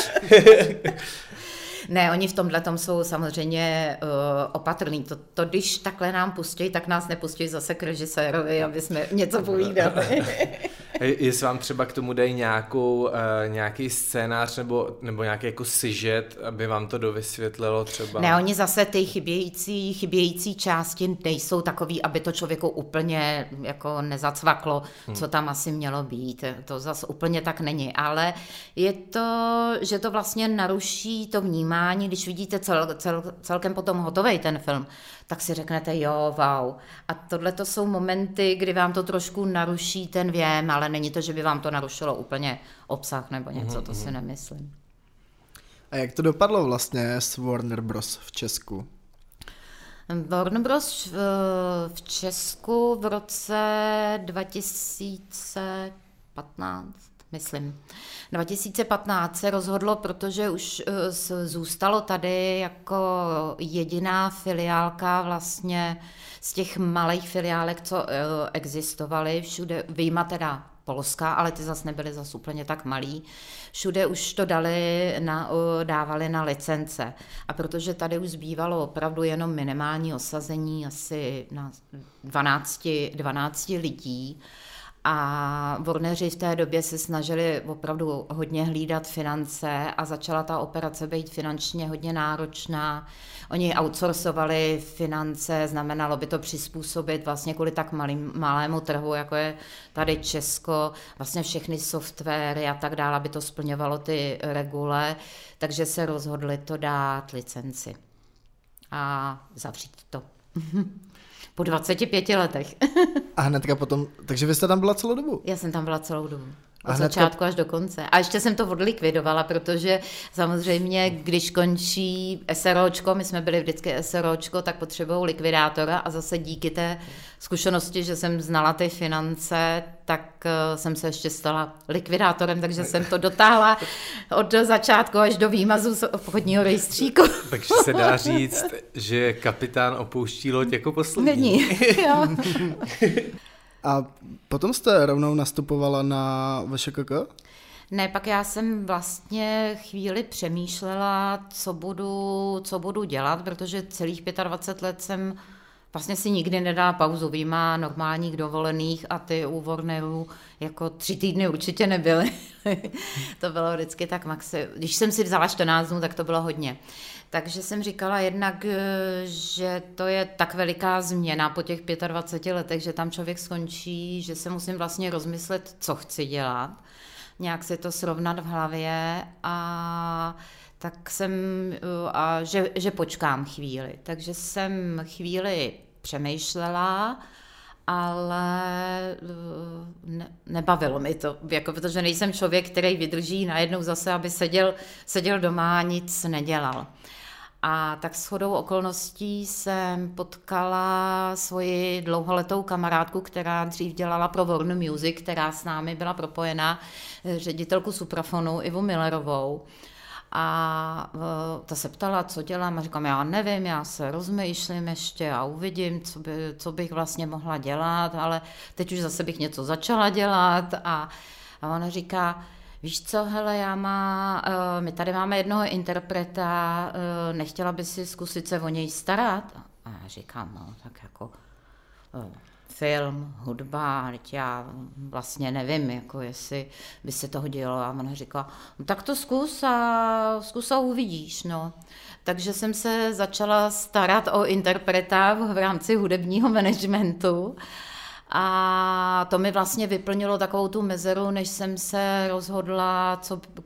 Ne, oni v tomhletom jsou samozřejmě opatrní. To když takhle nám pustí, tak nás nepustí zase k režisérovi, aby jsme něco povídali. Jestli vám třeba k tomu dají nějaký scénář nebo nějaký jako sižet, aby vám to dovysvětlilo třeba? Ne, oni zase ty chybějící části nejsou takový, aby to člověku úplně jako nezacvaklo, co tam asi mělo být. To zase úplně tak není, ale je to, že to vlastně naruší to vnímání, když vidíte celkem potom hotovej ten film, tak si řeknete jo, wow. A tohle to jsou momenty, kdy vám to trošku naruší ten věm, ale není to, že by vám to narušilo úplně obsah nebo něco, to si nemyslím. A jak to dopadlo vlastně s Warner Bros. V Česku? Warner Bros. V Česku v roce 2015, myslím. 2015 se rozhodlo, protože už zůstalo tady jako jediná filiálka vlastně z těch malých filiálek, co existovaly všude, vyjma teda Polska, ale ty zase nebyly zase úplně tak malý. Všude už to dávali na licence. A protože tady už zbývalo opravdu jenom minimální osazení, asi na 12 lidí, a Warneri v té době se snažili opravdu hodně hlídat finance a začala ta operace být finančně hodně náročná. Oni outsourcovali finance, znamenalo by to přizpůsobit vlastně kvůli tak malému trhu, jako je tady Česko, vlastně všechny softwary a tak dále, aby to splňovalo ty regule, takže se rozhodli to dát licenci a zavřít to. Po 25 letech. A hnedka potom, takže vy jste tam byla celou dobu? Já jsem tam byla celou dobu. Od začátku až do konce. A ještě jsem to odlikvidovala, protože samozřejmě, když končí SROčko, my jsme byli vždycky SROčko, tak potřebují likvidátora a zase díky té zkušenosti, že jsem znala ty finance, tak jsem se ještě stala likvidátorem, takže jsem to dotáhla od začátku až do výmazu z obchodního rejstříku. Takže se dá říct, že kapitán opouští loď jako poslední. Není, jo. A potom jste rovnou nastupovala na VŠKK? Ne, pak já jsem vlastně chvíli přemýšlela, co budu dělat, protože celých 25 let jsem vlastně si nikdy nedala pauzu, výjima normálních dovolených a ty u Warnerů jako 3 týdny určitě nebyly. To bylo vždycky tak když jsem si vzala 14 dnů, tak to bylo hodně. Takže jsem říkala jednak, že to je tak veliká změna po těch 25 letech, že tam člověk skončí, že se musím vlastně rozmyslet, co chci dělat, nějak si to srovnat v hlavě a tak že počkám chvíli. Takže jsem chvíli přemýšlela, ale nebavilo mi to, jako, protože nejsem člověk, který vydrží najednou zase, aby seděl doma a nic nedělal. A tak shodou okolností jsem potkala svoji dlouholetou kamarádku, která dřív dělala pro Warner Music, která s námi byla propojena, ředitelku Suprafonu Ivu Millerovou. A ta se ptala, co dělám, a říkám, já nevím, já se rozmýšlím ještě a uvidím, co bych vlastně mohla dělat, ale teď už zase bych něco začala dělat a ona říká, víš co, hele, my tady máme jednoho interpreta, nechtěla by si zkusit se o něj starat? A já říkám, no, tak jako film, hudba, teď já vlastně nevím, jako jestli by se to hodilo. A ona říkala, no tak to zkus a uvidíš, no. Takže jsem se začala starat o interpreta v rámci hudebního managementu. A to mi vlastně vyplnilo takovou tu mezeru, než jsem se rozhodla,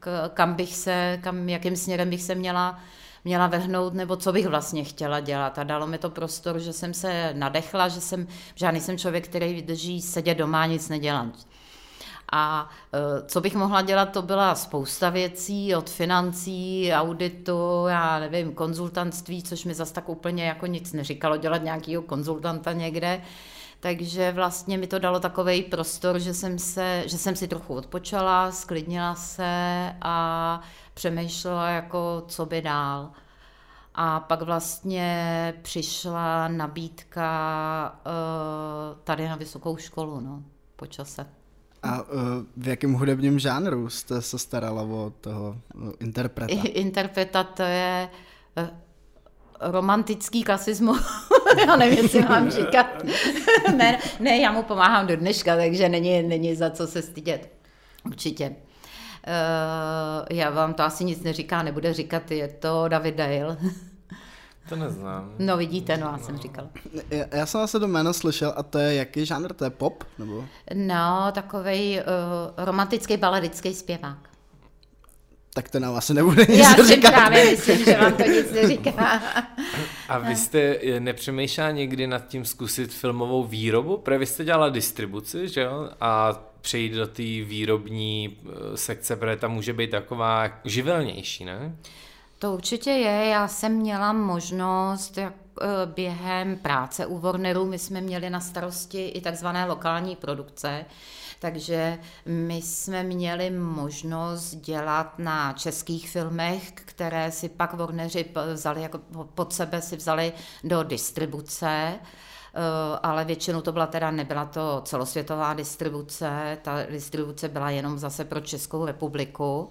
jakým směrem bych se měla vrhnout, nebo co bych vlastně chtěla dělat. A dalo mi to prostor, že jsem se nadechla, že nejsem člověk, který vydrží sedět doma a nic nedělat. A co bych mohla dělat, to byla spousta věcí, od financí, auditu, já nevím, konzultantství, což mi zase tak úplně jako nic neříkalo, dělat nějakého konzultanta někde. Takže vlastně mi to dalo takovej prostor, že jsem si trochu odpočala, sklidnila se a přemýšlela, jako co by dál. A pak vlastně přišla nabídka tady na vysokou školu, no, po čase. A v jakém hudebním žánru jste se starala o toho interpreta? Interpreta to je romantický klasismus. Já nevím, jestli mám říkat. ne, já mu pomáhám do dneška, takže není za co se stydět. Určitě. Já vám to asi nic neříká, nebude říkat, je to David Dale. To neznám. No vidíte, já jsem říkala. Já jsem asi to jméno slyšel, a to je jaký žánr, to je pop? Nebo? No, takovej romantický baladický zpěvák. Tak to nám asi nebude nic Já si říkat. právě myslím, že vám to nic neříká. A vy jste nepřemýšlela někdy nad tím zkusit filmovou výrobu? Protože vy jste dělala distribuci, že jo? A přejít do té výrobní sekce, protože tam může být taková živelnější, ne? To určitě je. Já jsem měla možnost během práce u Warneru, my jsme měli na starosti i takzvané lokální produkce, takže my jsme měli možnost dělat na českých filmech, které si pak Warneri vzali, jako pod sebe si vzali do distribuce, ale většinou to nebyla to celosvětová distribuce, ta distribuce byla jenom zase pro Českou republiku.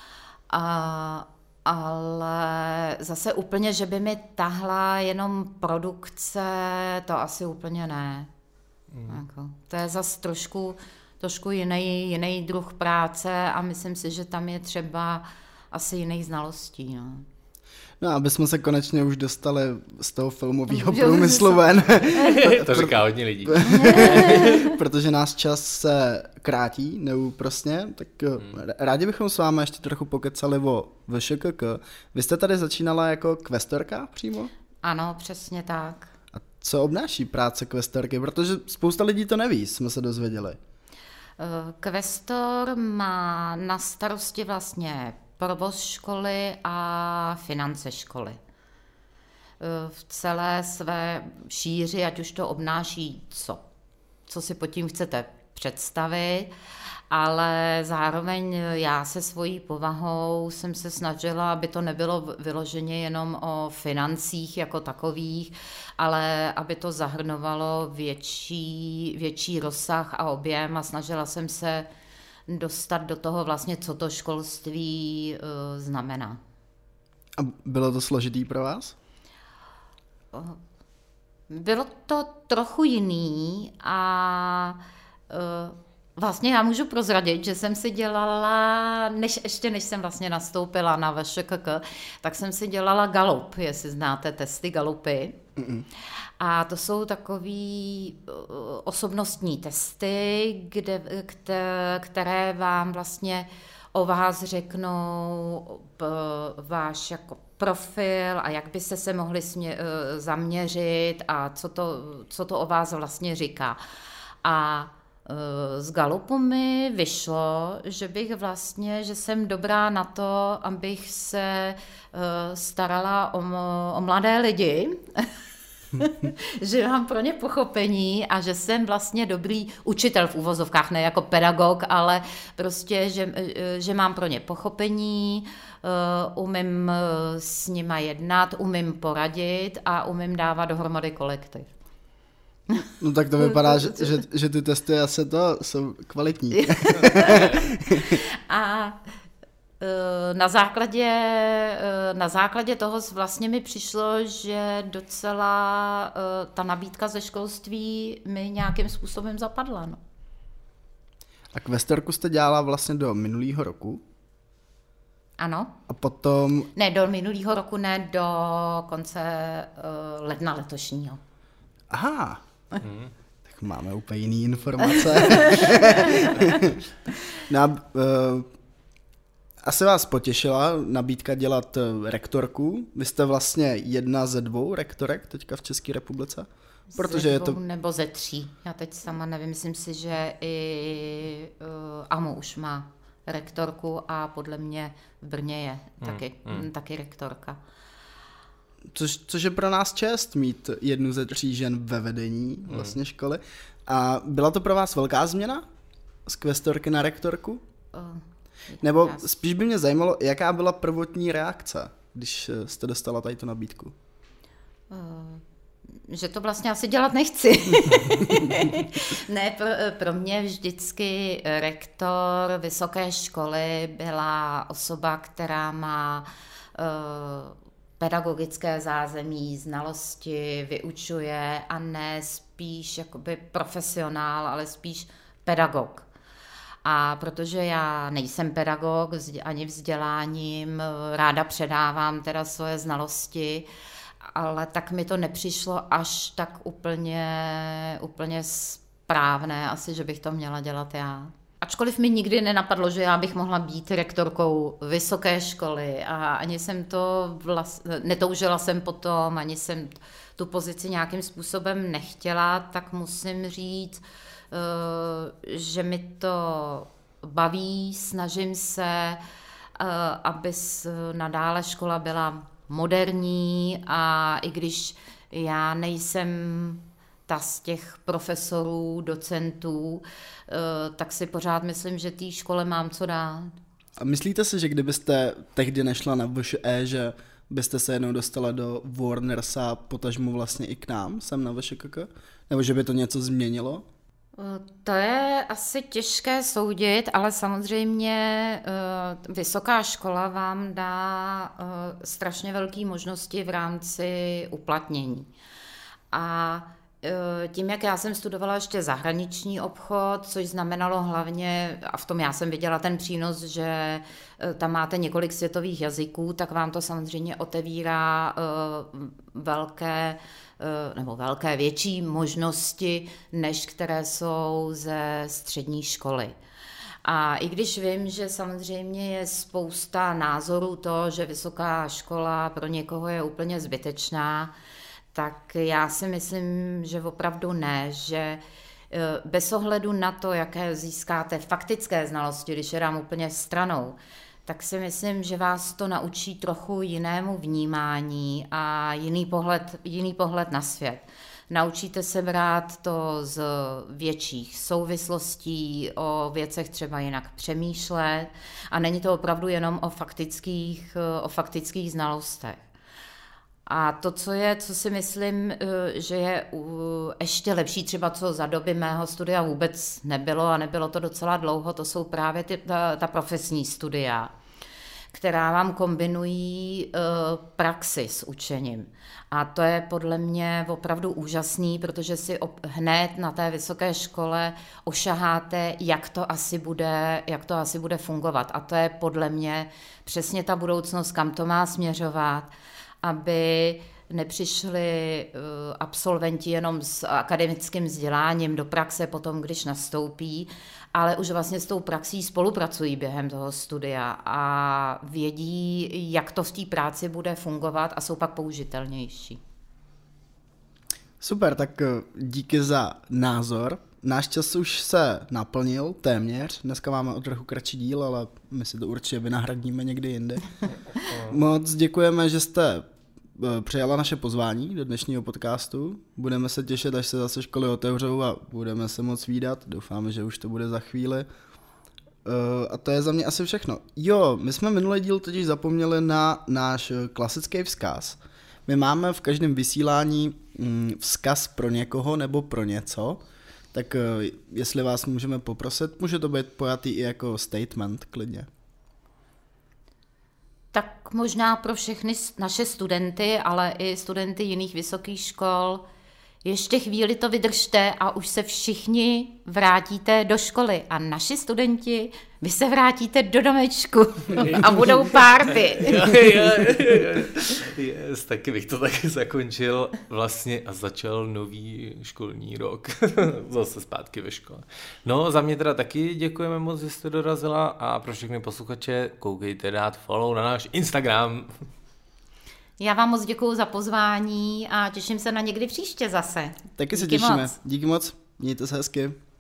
Ale zase úplně, že by mi tahla jenom produkce, to asi úplně ne. Jako, to je zase trošku jiný druh práce a myslím si, že tam je třeba asi jiných znalostí. No. No, aby jsme se konečně už dostali z toho filmového průmyslu ven. To říká hodně lidí. Protože nás čas se krátí neúprosně, tak rádi bychom s vámi ještě trochu pokecali o VŠKK. Vy jste tady začínala jako kvestorka přímo? Ano, přesně tak. A co obnáší práce kvestorky? Protože spousta lidí to neví, jsme se dozvěděli. Kvestor má na starosti vlastně provoz školy a finance školy. V celé své šíři, ať už to obnáší co si pod tím chcete představit, ale zároveň já se svojí povahou jsem se snažila, aby to nebylo vyloženě jenom o financích jako takových, ale aby to zahrnovalo větší rozsah a objem a snažila jsem se dostat do toho vlastně, co to školství znamená. A bylo to složitý pro vás? Bylo to trochu jiný a vlastně já můžu prozradit, že jsem si dělala, než jsem vlastně nastoupila na VŠKK, tak jsem si dělala Gallup, jestli znáte testy Gallupy. A to jsou takový osobnostní testy, které vám vlastně o vás řeknou váš jako profil a jak byste se mohli zaměřit a co to o vás vlastně říká. A z Gallupu mi vyšlo, že jsem dobrá na to, abych se starala o mladé lidi, že mám pro ně pochopení a že jsem vlastně dobrý učitel v uvozovkách, ne jako pedagog, ale prostě, že mám pro ně pochopení, umím s nima jednat, umím poradit a umím dávat dohromady kolektiv. No tak to vypadá, že ty testy asi jsou kvalitní. A na základě toho vlastně mi přišlo, že docela ta nabídka ze školství mi nějakým způsobem zapadla. No. A kvestorku jste dělala vlastně do minulého roku? Ano. A potom... Ne, do minulého roku, ne, do konce ledna letošního. Aha. Tak máme úplně jiný informace. Asi vás potěšila nabídka dělat rektorku. Vy jste vlastně jedna ze 2 rektorek teďka v České republice. Protože ze 2 nebo ze 3. Já teď sama nevím, myslím si, že i AMU už má rektorku a podle mě v Brně je taky rektorka. Což je pro nás čest mít jednu ze 3 žen ve vedení vlastně školy. A byla to pro vás velká změna z kvestorky na rektorku? Nebo spíš by mě zajímalo, jaká byla prvotní reakce, když jste dostala tady tu nabídku? Že to vlastně asi dělat nechci. Ne, pro mě vždycky rektor vysoké školy byla osoba, která má pedagogické zázemí, znalosti, vyučuje a ne spíš jakoby profesionál, ale spíš pedagog. A protože já nejsem pedagog ani vzděláním, ráda předávám teda svoje znalosti, ale tak mi to nepřišlo až tak úplně správné, asi, že bych to měla dělat já. Ačkoliv mi nikdy nenapadlo, že já bych mohla být rektorkou vysoké školy a ani jsem to netoužila jsem potom, ani jsem tu pozici nějakým způsobem nechtěla, tak musím říct, že mi to baví, snažím se, aby nadále škola byla moderní a i když já nejsem ta z těch profesorů, docentů, tak si pořád myslím, že té škole mám co dát. A myslíte si, že kdybyste tehdy nešla na VŠE, že byste se jednou dostala do Warnersa, potažmo vlastně i k nám, sem na VŠKK? Nebo že by to něco změnilo? To je asi těžké soudit, ale samozřejmě vysoká škola vám dá strašně velké možnosti v rámci uplatnění. A tím, jak já jsem studovala ještě zahraniční obchod, což znamenalo hlavně, a v tom já jsem viděla ten přínos, že tam máte několik světových jazyků, tak vám to samozřejmě otevírá větší možnosti, než které jsou ze střední školy. A i když vím, že samozřejmě je spousta názorů to, že vysoká škola pro někoho je úplně zbytečná, tak já si myslím, že opravdu ne, že Bez ohledu na to, jaké získáte faktické znalosti, když je dám úplně stranou, tak si myslím, že vás to naučí trochu jinému vnímání a jiný pohled na svět. Naučíte se brát to z větších souvislostí, o věcech třeba jinak přemýšlet a není to opravdu jenom o faktických znalostech. A to, co si myslím, že je ještě lepší, třeba co za doby mého studia vůbec nebylo a nebylo to docela dlouho, to jsou právě ta profesní studia, která vám kombinují praxi s učením. A to je podle mě opravdu úžasný, protože si hned na té vysoké škole ošaháte, jak to asi bude fungovat. A to je podle mě přesně ta budoucnost, kam to má směřovat, aby nepřišli absolventi jenom s akademickým vzděláním do praxe potom, když nastoupí, ale už vlastně s tou praxí spolupracují během toho studia a vědí, jak to v té práci bude fungovat a jsou pak použitelnější. Super, tak díky za názor. Náš čas už se naplnil téměř. Dneska máme o trochu kratší díl, ale my si to určitě vynahradíme někdy jindy. Moc děkujeme, že jste přijala naše pozvání do dnešního podcastu. Budeme se těšit, až se zase školy otevřou a budeme se moc vídat. Doufáme, že už to bude za chvíli. A to je za mě asi všechno. Jo, my jsme minulý díl totiž zapomněli na náš klasický vzkaz. My máme v každém vysílání vzkaz pro někoho nebo pro něco, tak jestli vás můžeme poprosit, může to být pojatý i jako statement klidně. Tak možná pro všechny naše studenty, ale i studenty jiných vysokých škol, ještě chvíli to vydržte a už se všichni vrátíte do školy. A naši studenti, vy se vrátíte do domečku a budou párty. Yes, taky bych to taky zakončil vlastně a začal nový školní rok. Zase zpátky ve škole. No, za mě teda taky děkujeme moc, že jste dorazila a pro všechny posluchače koukejte dát follow na náš Instagram. Já vám moc děkuju za pozvání a těším se na někdy příště zase. Taky se těšíme. Díky moc. Mějte se hezky.